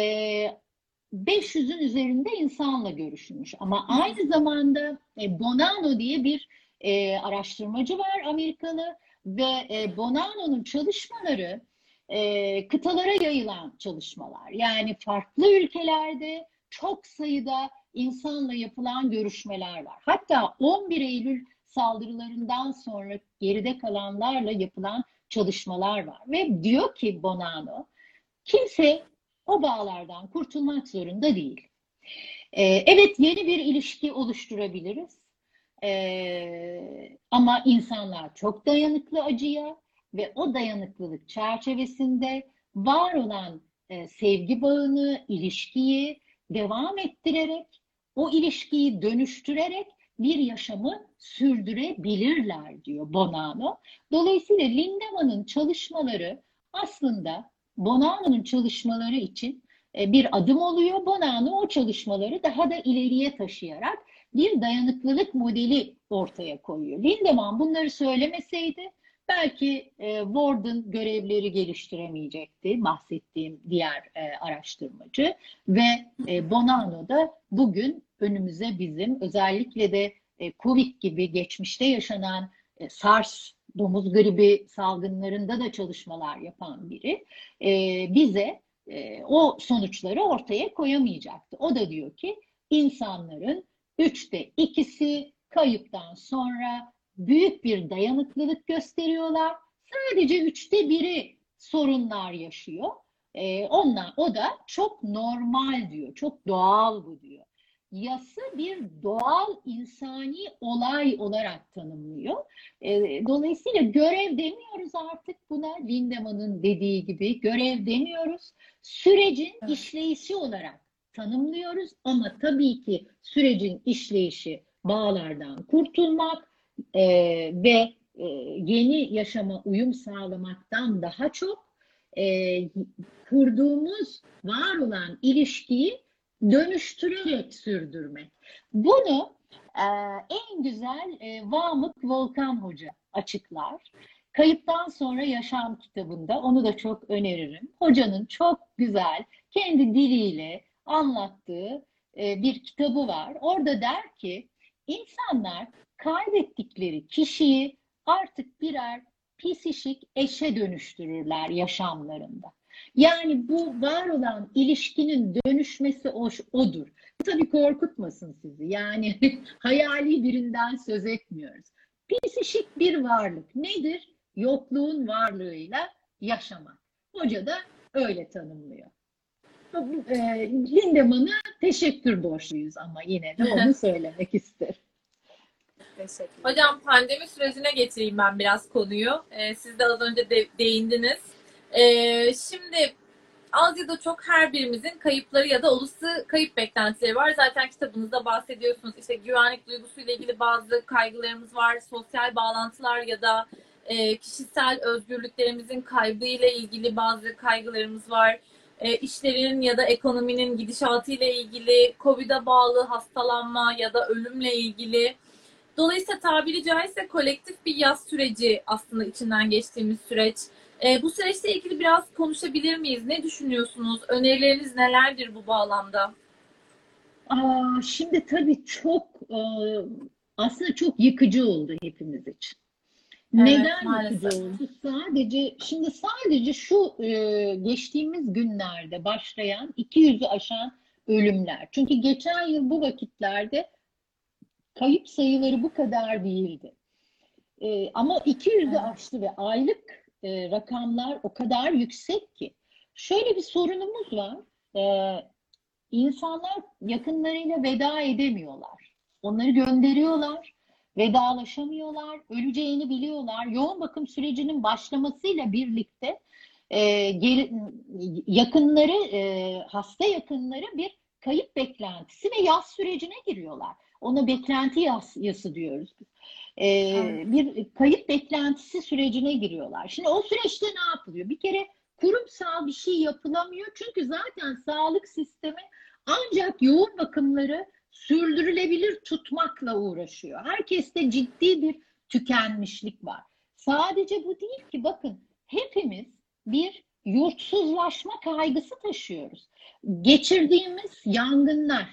500'ün üzerinde insanla görüşülmüş. Ama aynı zamanda Bonanno diye bir araştırmacı var, Amerikalı, ve Bonanno'nun çalışmaları kıtalara yayılan çalışmalar. Yani farklı ülkelerde çok sayıda insanla yapılan görüşmeler var. Hatta 11 Eylül saldırılarından sonra geride kalanlarla yapılan çalışmalar var. Ve diyor ki Bonanno, kimse o bağlardan kurtulmak zorunda değil. Evet, yeni bir ilişki oluşturabiliriz. Ama insanlar çok dayanıklı acıya ve o dayanıklılık çerçevesinde var olan sevgi bağını, ilişkiyi devam ettirerek, o ilişkiyi dönüştürerek bir yaşamı sürdürebilirler diyor Bonanno. Dolayısıyla Lindemann'ın çalışmaları aslında Bonanno'nun çalışmaları için bir adım oluyor. Bonanno o çalışmaları daha da ileriye taşıyarak bir dayanıklılık modeli ortaya koyuyor. Lindemann bunları söylemeseydi belki Worden görevleri geliştiremeyecekti, bahsettiğim diğer araştırmacı, ve Bonanno da bugün önümüze bizim özellikle de Covid gibi geçmişte yaşanan SARS, domuz gribi salgınlarında da çalışmalar yapan biri, bize o sonuçları ortaya koyamayacaktı. O da diyor ki insanların 3'te 2'si kayıptan sonra büyük bir dayanıklılık gösteriyorlar. Sadece 3'te 1'i sorunlar yaşıyor. O da çok normal diyor, çok doğal bu diyor. Yası bir doğal insani olay olarak tanımlıyor. Dolayısıyla görev demiyoruz artık buna, Lindemann'ın dediği gibi görev demiyoruz. Sürecin işleyişi olarak tanımlıyoruz ama tabii ki sürecin işleyişi bağlardan kurtulmak ve yeni yaşama uyum sağlamaktan daha çok kurduğumuz var olan ilişkiyi dönüştürerek sürdürmek. Bunu en güzel Vamık Volkan Hoca açıklar. Kayıptan Sonra Yaşam kitabında, onu da çok öneririm. Hocanın çok güzel kendi diliyle anlattığı bir kitabı var. Orada der ki insanlar kaybettikleri kişiyi artık birer psişik eşe dönüştürürler yaşamlarında. Yani bu var olan ilişkinin dönüşmesi odur. Tabii korkutmasın sizi. Yani hayali birinden söz etmiyoruz. Psişik bir varlık nedir? Yokluğun varlığıyla yaşamak. Hoca da öyle tanımlıyor. Lindemann'a teşekkür borçluyuz ama yine de onu söylemek isterim. Teşekkür. Hocam pandemi sürecine getireyim ben biraz konuyu. Siz de az önce değindiniz. Şimdi az ya da çok her birimizin kayıpları ya da olası kayıp beklentileri var. Zaten kitabınızda bahsediyorsunuz. İşte güvenlik duygusuyla ilgili bazı kaygılarımız var. Sosyal bağlantılar ya da kişisel özgürlüklerimizin kaybıyla ilgili bazı kaygılarımız var. İşlerin ya da ekonominin gidişatıyla ilgili, Covid'e bağlı hastalanma ya da ölümle ilgili. Dolayısıyla tabiri caizse kolektif bir yaz süreci aslında içinden geçtiğimiz süreç. Bu süreçle ilgili biraz konuşabilir miyiz? Ne düşünüyorsunuz? Önerileriniz nelerdir bu bağlamda? Şimdi tabii aslında çok yıkıcı oldu hepimiz için. Evet, Neden maalesef. yıkıcı oldu? Sadece şu geçtiğimiz günlerde başlayan 200'ü aşan ölümler. Çünkü geçen yıl bu vakitlerde kayıp sayıları bu kadar değildi. Ama 200'ü Evet. aştı ve aylık rakamlar o kadar yüksek ki. Şöyle bir sorunumuz var. İnsanlar yakınlarıyla veda edemiyorlar. Onları gönderiyorlar, vedalaşamıyorlar, öleceğini biliyorlar. Yoğun bakım sürecinin başlamasıyla birlikte hasta yakınları bir kayıp beklentisi ve yas sürecine giriyorlar. Ona beklenti yası diyoruz biz. Bir kayıp beklentisi sürecine giriyorlar. Şimdi o süreçte ne yapılıyor? Bir kere kurumsal bir şey yapılamıyor. Çünkü zaten sağlık sistemi ancak yoğun bakımları sürdürülebilir tutmakla uğraşıyor. Herkeste ciddi bir tükenmişlik var. Sadece bu değil ki, bakın hepimiz bir yurtsuzlaşma kaygısı taşıyoruz. Geçirdiğimiz yangınlar,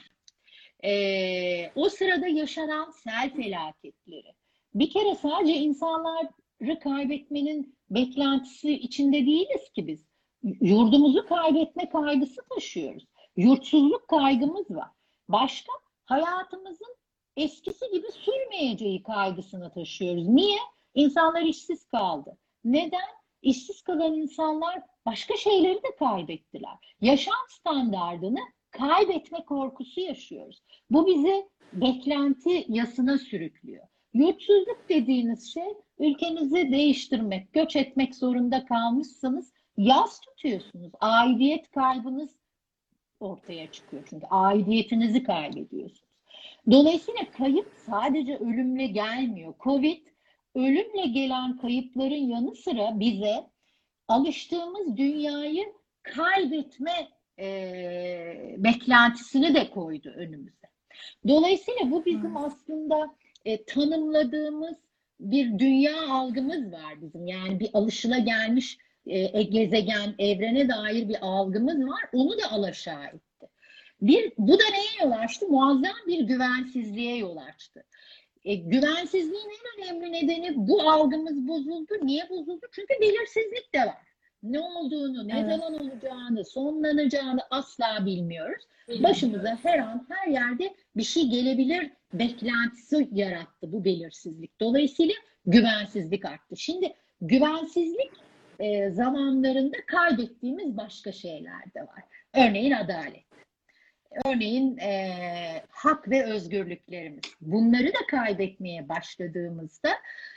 o sırada yaşanan sel felaketleri. Bir kere sadece insanları kaybetmenin beklentisi içinde değiliz ki biz. Yurdumuzu kaybetme kaygısı taşıyoruz. Yurtsuzluk kaygımız var. Başka, hayatımızın eskisi gibi sürmeyeceği kaygısını taşıyoruz. Niye? İnsanlar işsiz kaldı. Neden? İşsiz kalan insanlar başka şeyleri de kaybettiler. Yaşam standardını kaybetme korkusu yaşıyoruz. Bu bizi beklenti yasına sürüklüyor. Yurtsuzluk dediğiniz şey, ülkenizi değiştirmek, göç etmek zorunda kalmışsanız yas tutuyorsunuz. Aidiyet kaybınız ortaya çıkıyor. Çünkü aidiyetinizi kaybediyorsunuz. Dolayısıyla kayıp sadece ölümle gelmiyor. Covid, ölümle gelen kayıpların yanı sıra bize alıştığımız dünyayı kaybetme beklentisini de koydu önümüze. Dolayısıyla bu bizim aslında tanımladığımız bir dünya algımız var bizim. Yani bir alışılagelmiş gezegen, evrene dair bir algımız var. Onu da alaşağı etti. Bu da neye yol açtı? Muazzam bir güvensizliğe yol açtı. Güvensizliğin en önemli nedeni, bu algımız bozuldu. Niye bozuldu? Çünkü belirsizlik de var. Ne olduğunu, ne zaman olacağını, sonlanacağını asla bilmiyoruz. Başımıza her an, her yerde bir şey gelebilir beklentisi yarattı bu belirsizlik. Dolayısıyla güvensizlik arttı. Şimdi güvensizlik zamanlarında kaybettiğimiz başka şeyler de var. Örneğin adalet. Örneğin hak ve özgürlüklerimiz. Bunları da kaybetmeye başladığımızda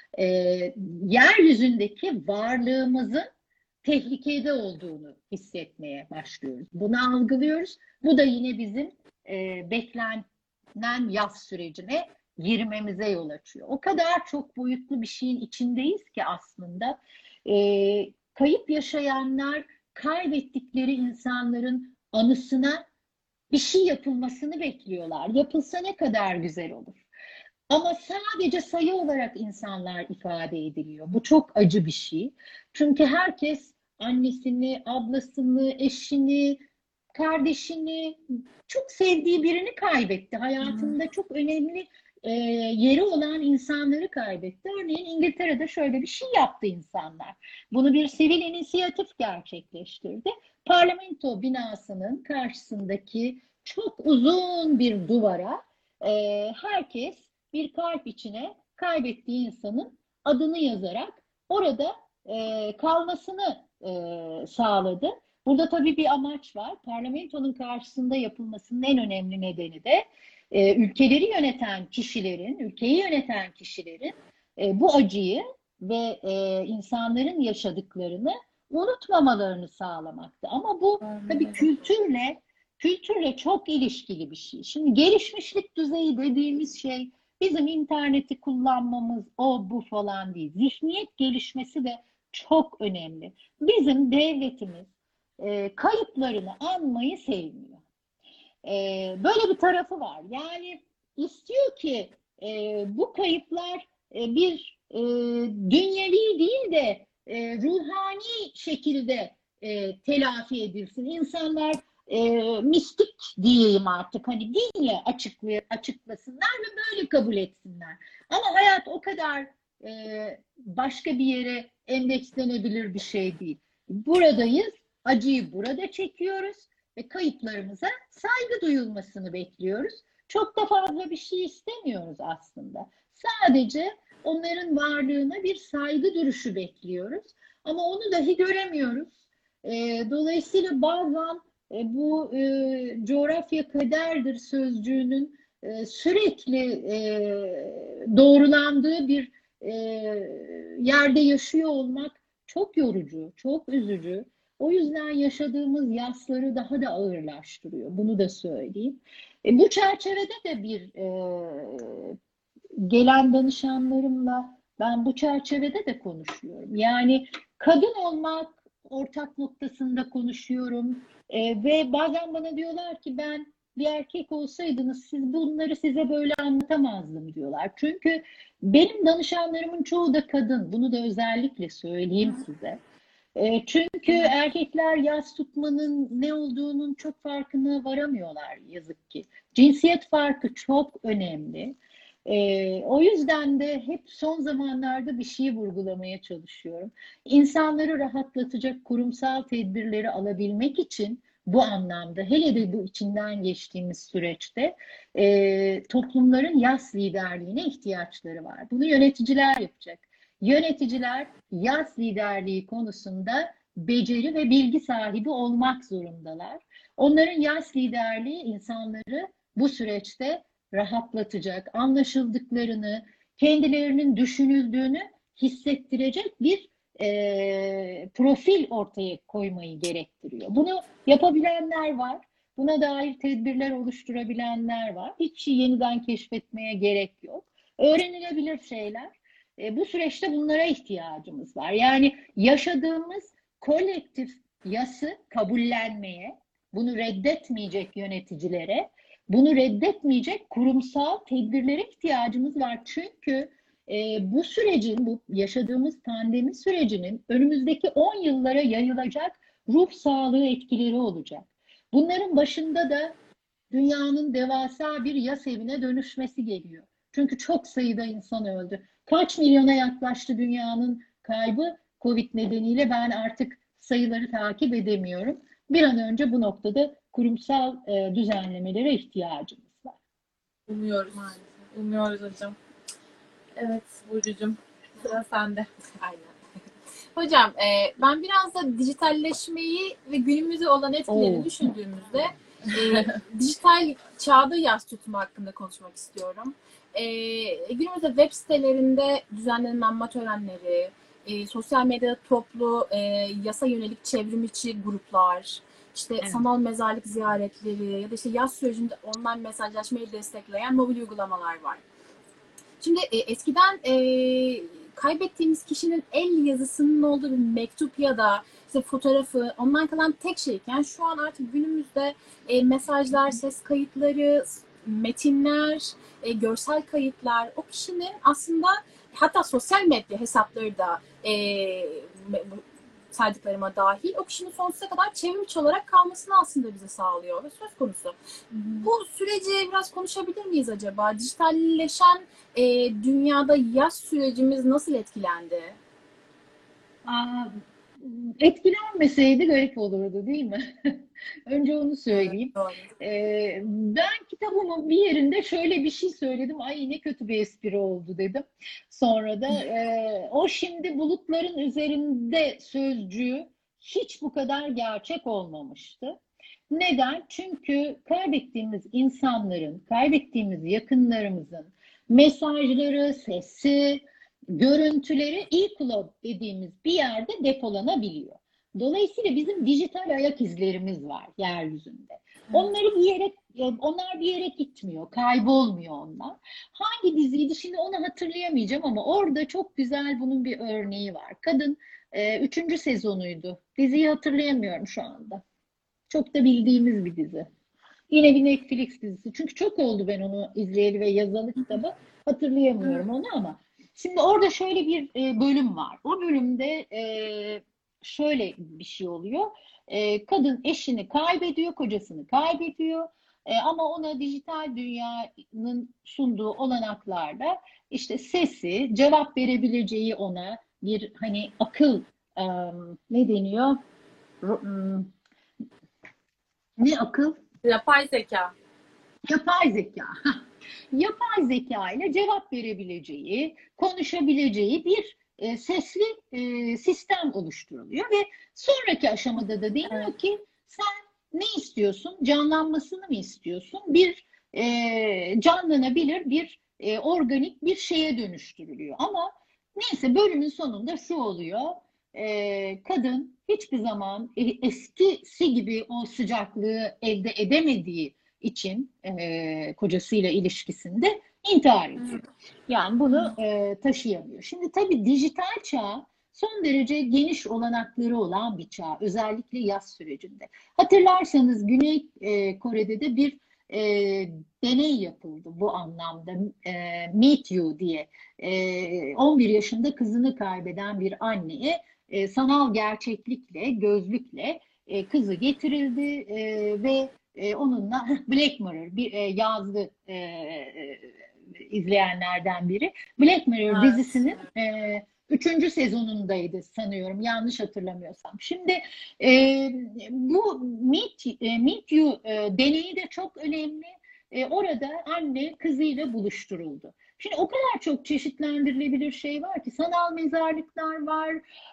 yeryüzündeki varlığımızın tehlikede olduğunu hissetmeye başlıyoruz. Bunu algılıyoruz. Bu da yine bizim beklenen yaz sürecine girmemize yol açıyor. O kadar çok boyutlu bir şeyin içindeyiz ki aslında kayıp yaşayanlar kaybettikleri insanların anısına bir şey yapılmasını bekliyorlar. Yapılsa ne kadar güzel olur. Ama sadece sayı olarak insanlar ifade ediliyor. Bu çok acı bir şey. Çünkü herkes annesini, ablasını, eşini, kardeşini, çok sevdiği birini kaybetti. Hayatında çok önemli yeri olan insanları kaybetti. Örneğin İngiltere'de şöyle bir şey yaptı insanlar. Bunu bir sivil inisiyatif gerçekleştirdi. Parlamento binasının karşısındaki çok uzun bir duvara herkes bir kalp içine kaybettiği insanın adını yazarak orada kalmasını sağladı. Burada tabii bir amaç var. Parlamentonun karşısında yapılmasının en önemli nedeni de ülkeyi yöneten kişilerin bu acıyı ve insanların yaşadıklarını unutmamalarını sağlamaktı. Ama bu tabii kültürle çok ilişkili bir şey. Şimdi gelişmişlik düzeyi dediğimiz şey bizim interneti kullanmamız, o bu falan değil. Zihniyet gelişmesi de çok önemli. Bizim devletimiz kayıplarını anmayı sevmiyor. Böyle bir tarafı var. Yani istiyor ki bu kayıplar bir dünyevi değil de ruhani şekilde telafi edilsin. İnsanlar mistik diyeyim artık. Hani dinle açıklasınlar ve böyle kabul etsinler. Ama hayat o kadar başka bir yere endekslenebilir bir şey değil. Buradayız, acıyı burada çekiyoruz ve kayıplarımıza saygı duyulmasını bekliyoruz. Çok da fazla bir şey istemiyoruz aslında. Sadece onların varlığına bir saygı duruşu bekliyoruz. Ama onu dahi göremiyoruz. Dolayısıyla bazen bu coğrafya kaderdir sözcüğünün sürekli doğrulandığı bir yerde yaşıyor olmak çok yorucu, çok üzücü. O yüzden yaşadığımız yasları daha da ağırlaştırıyor. Bunu da söyleyeyim. Bu çerçevede de gelen danışanlarımla ben bu çerçevede de konuşuyorum. Yani kadın olmak ortak noktasında konuşuyorum. Ve bazen bana diyorlar ki ben bir erkek olsaydınız siz bunları size böyle anlatamazdım diyorlar. Çünkü benim danışanlarımın çoğu da kadın. Bunu da özellikle söyleyeyim size. Çünkü erkekler yas tutmanın ne olduğunun çok farkına varamıyorlar yazık ki. Cinsiyet farkı çok önemli. O yüzden de hep son zamanlarda bir şeyi vurgulamaya çalışıyorum. İnsanları rahatlatacak kurumsal tedbirleri alabilmek için bu anlamda, hele de bu içinden geçtiğimiz süreçte toplumların yas liderliğine ihtiyaçları var. Bunu yöneticiler yapacak. Yöneticiler yas liderliği konusunda beceri ve bilgi sahibi olmak zorundalar. Onların yas liderliği insanları bu süreçte rahatlatacak, anlaşıldıklarını, kendilerinin düşünüldüğünü hissettirecek bir profil ortaya koymayı gerektiriyor. Bunu yapabilenler var, buna dair tedbirler oluşturabilenler var. Hiç şey yeniden keşfetmeye gerek yok. Öğrenilebilir şeyler. Bu süreçte bunlara ihtiyacımız var. Yani yaşadığımız kolektif yası kabullenmeye, bunu reddetmeyecek yöneticilere, bunu reddetmeyecek kurumsal tedbirlere ihtiyacımız var. Çünkü bu sürecin, bu yaşadığımız pandemi sürecinin önümüzdeki 10 yıllara yayılacak ruh sağlığı etkileri olacak. Bunların başında da dünyanın devasa bir yas evine dönüşmesi geliyor. Çünkü çok sayıda insan öldü. Kaç milyona yaklaştı dünyanın kaybı Covid nedeniyle, ben artık sayıları takip edemiyorum. Bir an önce bu noktada kurumsal düzenlemelere ihtiyacımız var. Umuyoruz. Umuyoruz hocam. Evet Burcucuğum, sıra sende. Aynen. Hocam ben biraz da dijitalleşmeyi ve günümüze olan etkilerini düşündüğümüzde dijital çağda yas tutma hakkında konuşmak istiyorum. Günümüzde web sitelerinde düzenlenen mat törenleri, sosyal medyada toplu yasa yönelik çevrim içi gruplar, işte sanal mezarlık ziyaretleri ya da işte yas sürecinde online mesajlaşmayı destekleyen mobil uygulamalar var. Şimdi eskiden kaybettiğimiz kişinin el yazısının olduğu bir mektup ya da işte fotoğrafı ondan kalan tek şeyken şu an artık günümüzde mesajlar, ses kayıtları, metinler, görsel kayıtlar o kişinin aslında hatta sosyal medya hesapları da saydıklarıma dahil o kişinin sonsuza kadar çevrimiçi olarak kalmasını aslında bize sağlıyor ve söz konusu. Bu süreci biraz konuşabilir miyiz acaba? Dijitalleşen dünyada yaz sürecimiz nasıl etkilendi? Etkilenmeseydi garip olurdu değil mi? Önce onu söyleyeyim. Ben kitabımın bir yerinde şöyle bir şey söyledim. Ay ne kötü bir espri oldu dedim. Sonra da o şimdi bulutların üzerinde sözcüğü hiç bu kadar gerçek olmamıştı. Neden? Çünkü kaybettiğimiz insanların, kaybettiğimiz yakınlarımızın mesajları, sesi, görüntüleri e-cloud dediğimiz bir yerde depolanabiliyor. Dolayısıyla bizim dijital ayak izlerimiz var yeryüzünde. Onlar bir yere gitmiyor, kaybolmuyor onlar. Hangi diziydi şimdi onu hatırlayamayacağım ama orada çok güzel bunun bir örneği var. Kadın 3. sezonuydu. Diziyi hatırlayamıyorum şu anda. Çok da bildiğimiz bir dizi. Yine bir Netflix dizisi. Çünkü çok oldu ben onu izleyeli ve yazalı kitabı. Hatırlayamıyorum onu ama. Şimdi orada şöyle bir bölüm var. O bölümde şöyle bir şey oluyor. Kadın eşini kaybediyor, kocasını kaybediyor. Ama ona dijital dünyanın sunduğu olanaklarla işte sesi, cevap verebileceği ona bir hani akıl, ne deniyor? Ne akıl? Yapay zeka. Yapay zeka. Yapay zeka ile cevap verebileceği, konuşabileceği bir sesli sistem oluşturuluyor ve sonraki aşamada da deniyor ki sen ne istiyorsun? Canlanmasını mı istiyorsun? Bir canlanabilir bir organik bir şeye dönüştürülüyor. Ama neyse bölümün sonunda şu oluyor. Kadın hiçbir zaman eskisi gibi o sıcaklığı elde edemediği için kocasıyla ilişkisinde intihar ediyor. Yani bunu taşıyamıyor. Şimdi tabii dijital çağ son derece geniş olanakları olan bir çağ. Özellikle yaz sürecinde. Hatırlarsanız Güney Kore'de de bir deney yapıldı bu anlamda. Meet You diye. 11 yaşında kızını kaybeden bir anneye sanal gerçeklikle, gözlükle kızı getirildi ve onunla Black Mirror bir yazdı izleyenlerden biri. Black Mirror dizisinin 3. sezonundaydı sanıyorum. Yanlış hatırlamıyorsam. Şimdi bu Meet You deneyi de çok önemli. Orada anne kızıyla buluşturuldu. Şimdi o kadar çok çeşitlendirilebilir şey var ki sanal mezarlıklar var,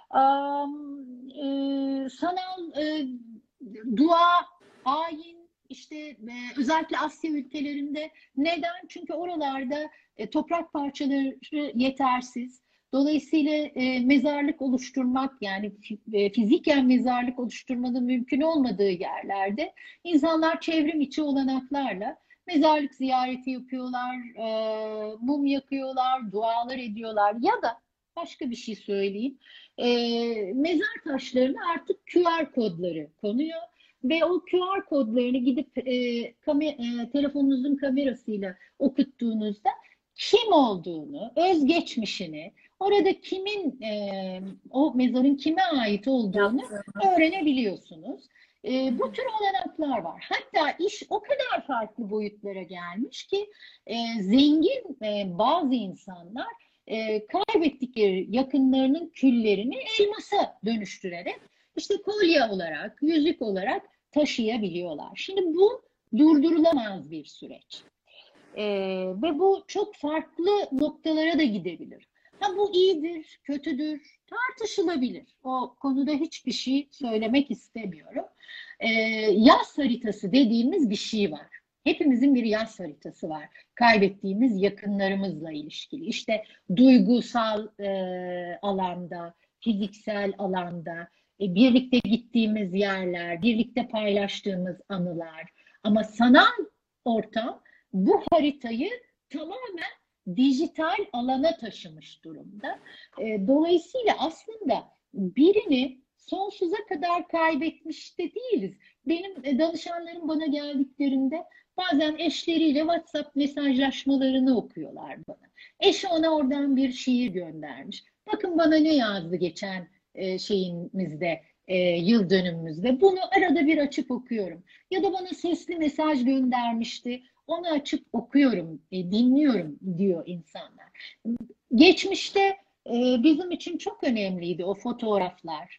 sanal dua, ayin, işte özellikle Asya ülkelerinde. Neden? Çünkü oralarda toprak parçaları yetersiz. Dolayısıyla mezarlık oluşturmak yani fiziken mezarlık oluşturmanın mümkün olmadığı yerlerde insanlar çevrim içi olanaklarla mezarlık ziyareti yapıyorlar, mum yakıyorlar, dualar ediyorlar ya da başka bir şey söyleyeyim. Mezar taşlarına artık QR kodları konuyor ve o QR kodlarını gidip telefonunuzun kamerasıyla okuttuğunuzda kim olduğunu, özgeçmişini, orada kimin, o mezarın kime ait olduğunu öğrenebiliyorsunuz. Bu tür olanaklar var. Hatta iş o kadar farklı boyutlara gelmiş ki zengin bazı insanlar kaybettikleri yakınlarının küllerini elmasa dönüştürerek işte kolye olarak, yüzük olarak taşıyabiliyorlar. Şimdi bu durdurulamaz bir süreç. Ve bu çok farklı noktalara da gidebilir. Ha bu iyidir, kötüdür, tartışılabilir. O konuda hiçbir şey söylemek istemiyorum. Yaz haritası dediğimiz bir şey var. Hepimizin bir yaz haritası var. Kaybettiğimiz yakınlarımızla ilişkili. İşte duygusal alanda, fiziksel alanda, birlikte gittiğimiz yerler, birlikte paylaştığımız anılar. Ama sanal ortam bu haritayı tamamen dijital alana taşımış durumda. Dolayısıyla aslında birini sonsuza kadar kaybetmiş de değiliz. Benim danışanlarım bana geldiklerinde bazen eşleriyle WhatsApp mesajlaşmalarını okuyorlar bana. Eşi ona oradan bir şiir göndermiş. Bakın bana ne yazdı geçen şeyimizde, yıl dönümümüzde. Bunu arada bir açıp okuyorum. Ya da bana sesli mesaj göndermişti. Onu açıp okuyorum, dinliyorum diyor insanlar. Geçmişte bizim için çok önemliydi o fotoğraflar.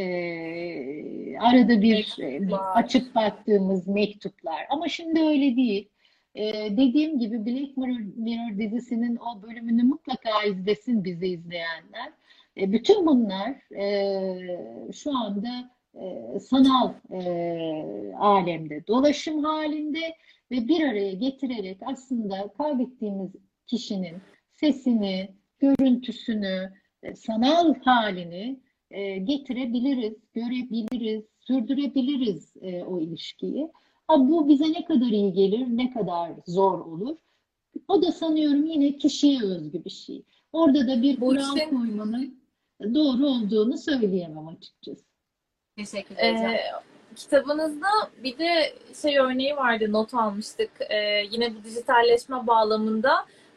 Arada bir açıp baktığımız mektuplar. Ama şimdi öyle değil. Dediğim gibi Black Mirror dizisinin o bölümünü mutlaka izlesin bizi izleyenler. Bütün bunlar şu anda sanal alemde dolaşım halinde ve bir araya getirerek aslında kaybettiğimiz kişinin sesini, görüntüsünü, sanal halini getirebiliriz, görebiliriz, sürdürebiliriz o ilişkiyi. Ama bu bize ne kadar iyi gelir, ne kadar zor olur. O da sanıyorum yine kişiye özgü bir şey. Orada da bir kural koymanın doğru olduğunu söyleyemem açıkçası. Teşekkür ederim. Kitabınızda bir de örneği vardı, not almıştık. Yine bu dijitalleşme bağlamında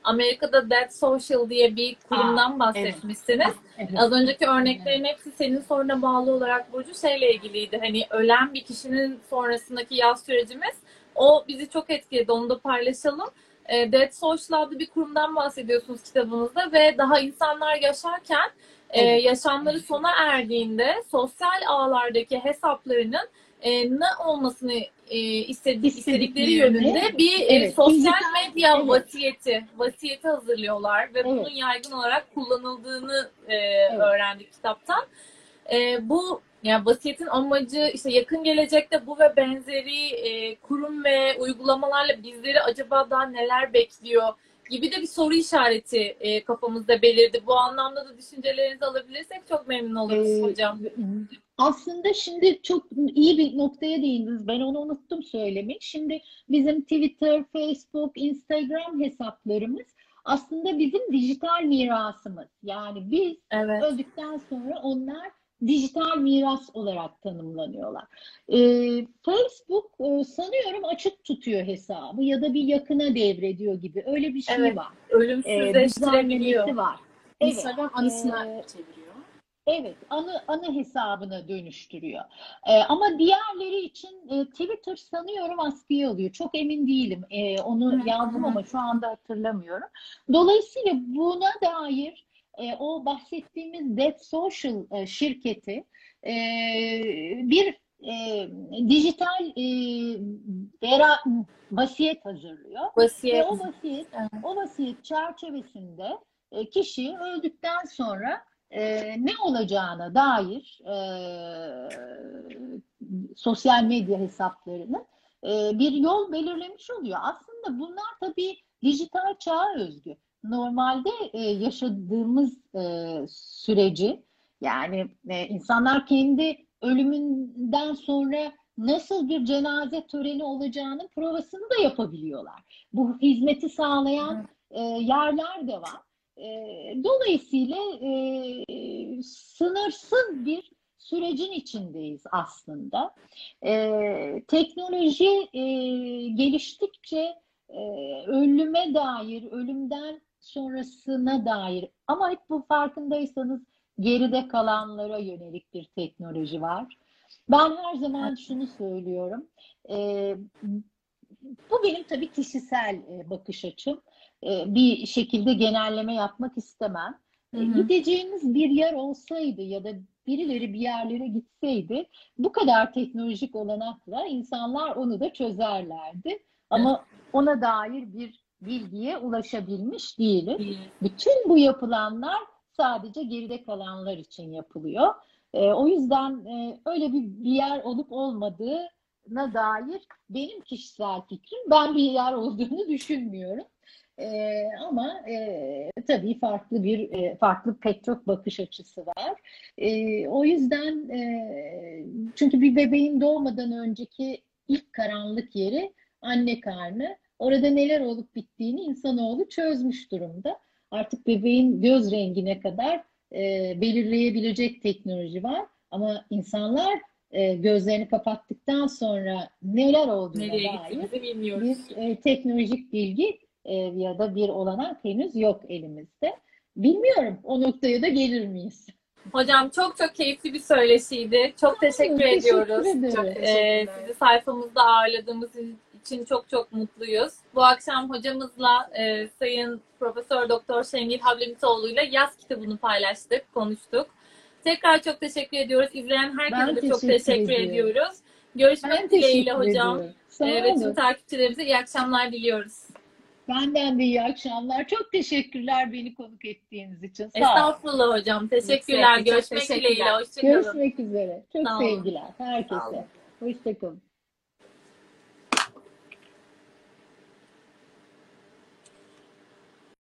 Amerika'da Dead Social diye bir kurumdan bahsetmişsiniz. Evet. Az önceki örneklerin hepsi senin soruna bağlı olarak Burcu şeyle ilgiliydi. Hani ölen bir kişinin sonrasındaki yaz sürecimiz, o bizi çok etkiledi. Onu da paylaşalım. Dead Social adlı bir kurumdan bahsediyorsunuz kitabınızda ve daha insanlar yaşarken yaşamları sona erdiğinde sosyal ağlardaki hesaplarının ne olmasını istedikleri yönünde bir sosyal medya vasiyeti hazırlıyorlar ve bunun yaygın olarak kullanıldığını öğrendik kitaptan. Bu yani vasiyetin amacı işte yakın gelecekte bu ve benzeri kurum ve uygulamalarla bizleri acaba daha neler bekliyor gibi de bir soru işareti kafamızda belirdi. Bu anlamda da düşüncelerinizi alabilirsek çok memnun oluruz hocam. Aslında şimdi çok iyi bir noktaya değindiniz. Ben onu unuttum söylemeyi. Şimdi bizim Twitter, Facebook, Instagram hesaplarımız aslında bizim dijital mirasımız. Yani biz öldükten sonra onlar dijital miras olarak tanımlanıyorlar. Facebook sanıyorum açık tutuyor hesabı ya da bir yakına devrediyor gibi. Öyle bir şey var. Ölümsüzleştirebiliyor. Var. Instagram anısına çeviriyor. Evet, anı hesabına dönüştürüyor. Ama diğerleri için Twitter sanıyorum askıya alıyor. Çok emin değilim. Onu yazdım ama şu anda hatırlamıyorum. Dolayısıyla buna dair o bahsettiğimiz Dead Social şirketi bir dijital vasiyet hazırlıyor. Ve o vasiyet çerçevesinde kişi öldükten sonra ne olacağına dair sosyal medya hesaplarının bir yol belirlemiş oluyor. Aslında bunlar tabii dijital çağa özgü. Normalde yaşadığımız süreci, yani insanlar kendi ölümünden sonra nasıl bir cenaze töreni olacağının provasını da yapabiliyorlar. Bu hizmeti sağlayan yerler de var. Dolayısıyla sınırsız bir sürecin içindeyiz aslında. Teknoloji geliştikçe ölüme dair, ölümden sonrasına dair ama hep bu farkındaysanız geride kalanlara yönelik bir teknoloji var. Ben her zaman şunu söylüyorum. Bu benim tabii kişisel bakış açım. Bir şekilde genelleme yapmak istemem. Gideceğimiz bir yer olsaydı ya da birileri bir yerlere gitseydi bu kadar teknolojik olanakla insanlar onu da çözerlerdi. Ama ona dair bir bilgiye ulaşabilmiş değiliz. Bütün bu yapılanlar sadece geride kalanlar için yapılıyor. O yüzden öyle bir yer olup olmadığına dair benim kişisel fikrim, ben bir yer olduğunu düşünmüyorum. Ama tabii farklı pek çok bakış açısı var. O yüzden çünkü bir bebeğin doğmadan önceki ilk karanlık yeri anne karnı. Orada neler olup bittiğini insanoğlu çözmüş durumda. Artık bebeğin göz rengine kadar belirleyebilecek teknoloji var. Ama insanlar gözlerini kapattıktan sonra neler olduğuna dair bir teknolojik bilgi ya da bir olanak henüz yok elimizde. Bilmiyorum, o noktaya da gelir miyiz? Hocam çok çok keyifli bir söyleşiydi. Çok teşekkür ediyoruz. Sizi sayfamızda ağırladığımız için çok çok mutluyuz. Bu akşam hocamızla Sayın Profesör Doktor Şengil Hablemitoğlu'yla yaz kitabını paylaştık, konuştuk. Tekrar çok teşekkür ediyoruz. İzleyen herkese de çok teşekkür ediyoruz. Görüşmek dileğiyle hocam. Ve tüm takipçilerimize iyi akşamlar diliyoruz. Benden de iyi akşamlar. Çok teşekkürler beni konuk ettiğiniz için. Sağ Estağfurullah hocam. Teşekkürler. Görüşmek dileğiyle. Hoşçakalın. Görüşmek üzere. Çok sevgiler herkese. Hoşçakalın.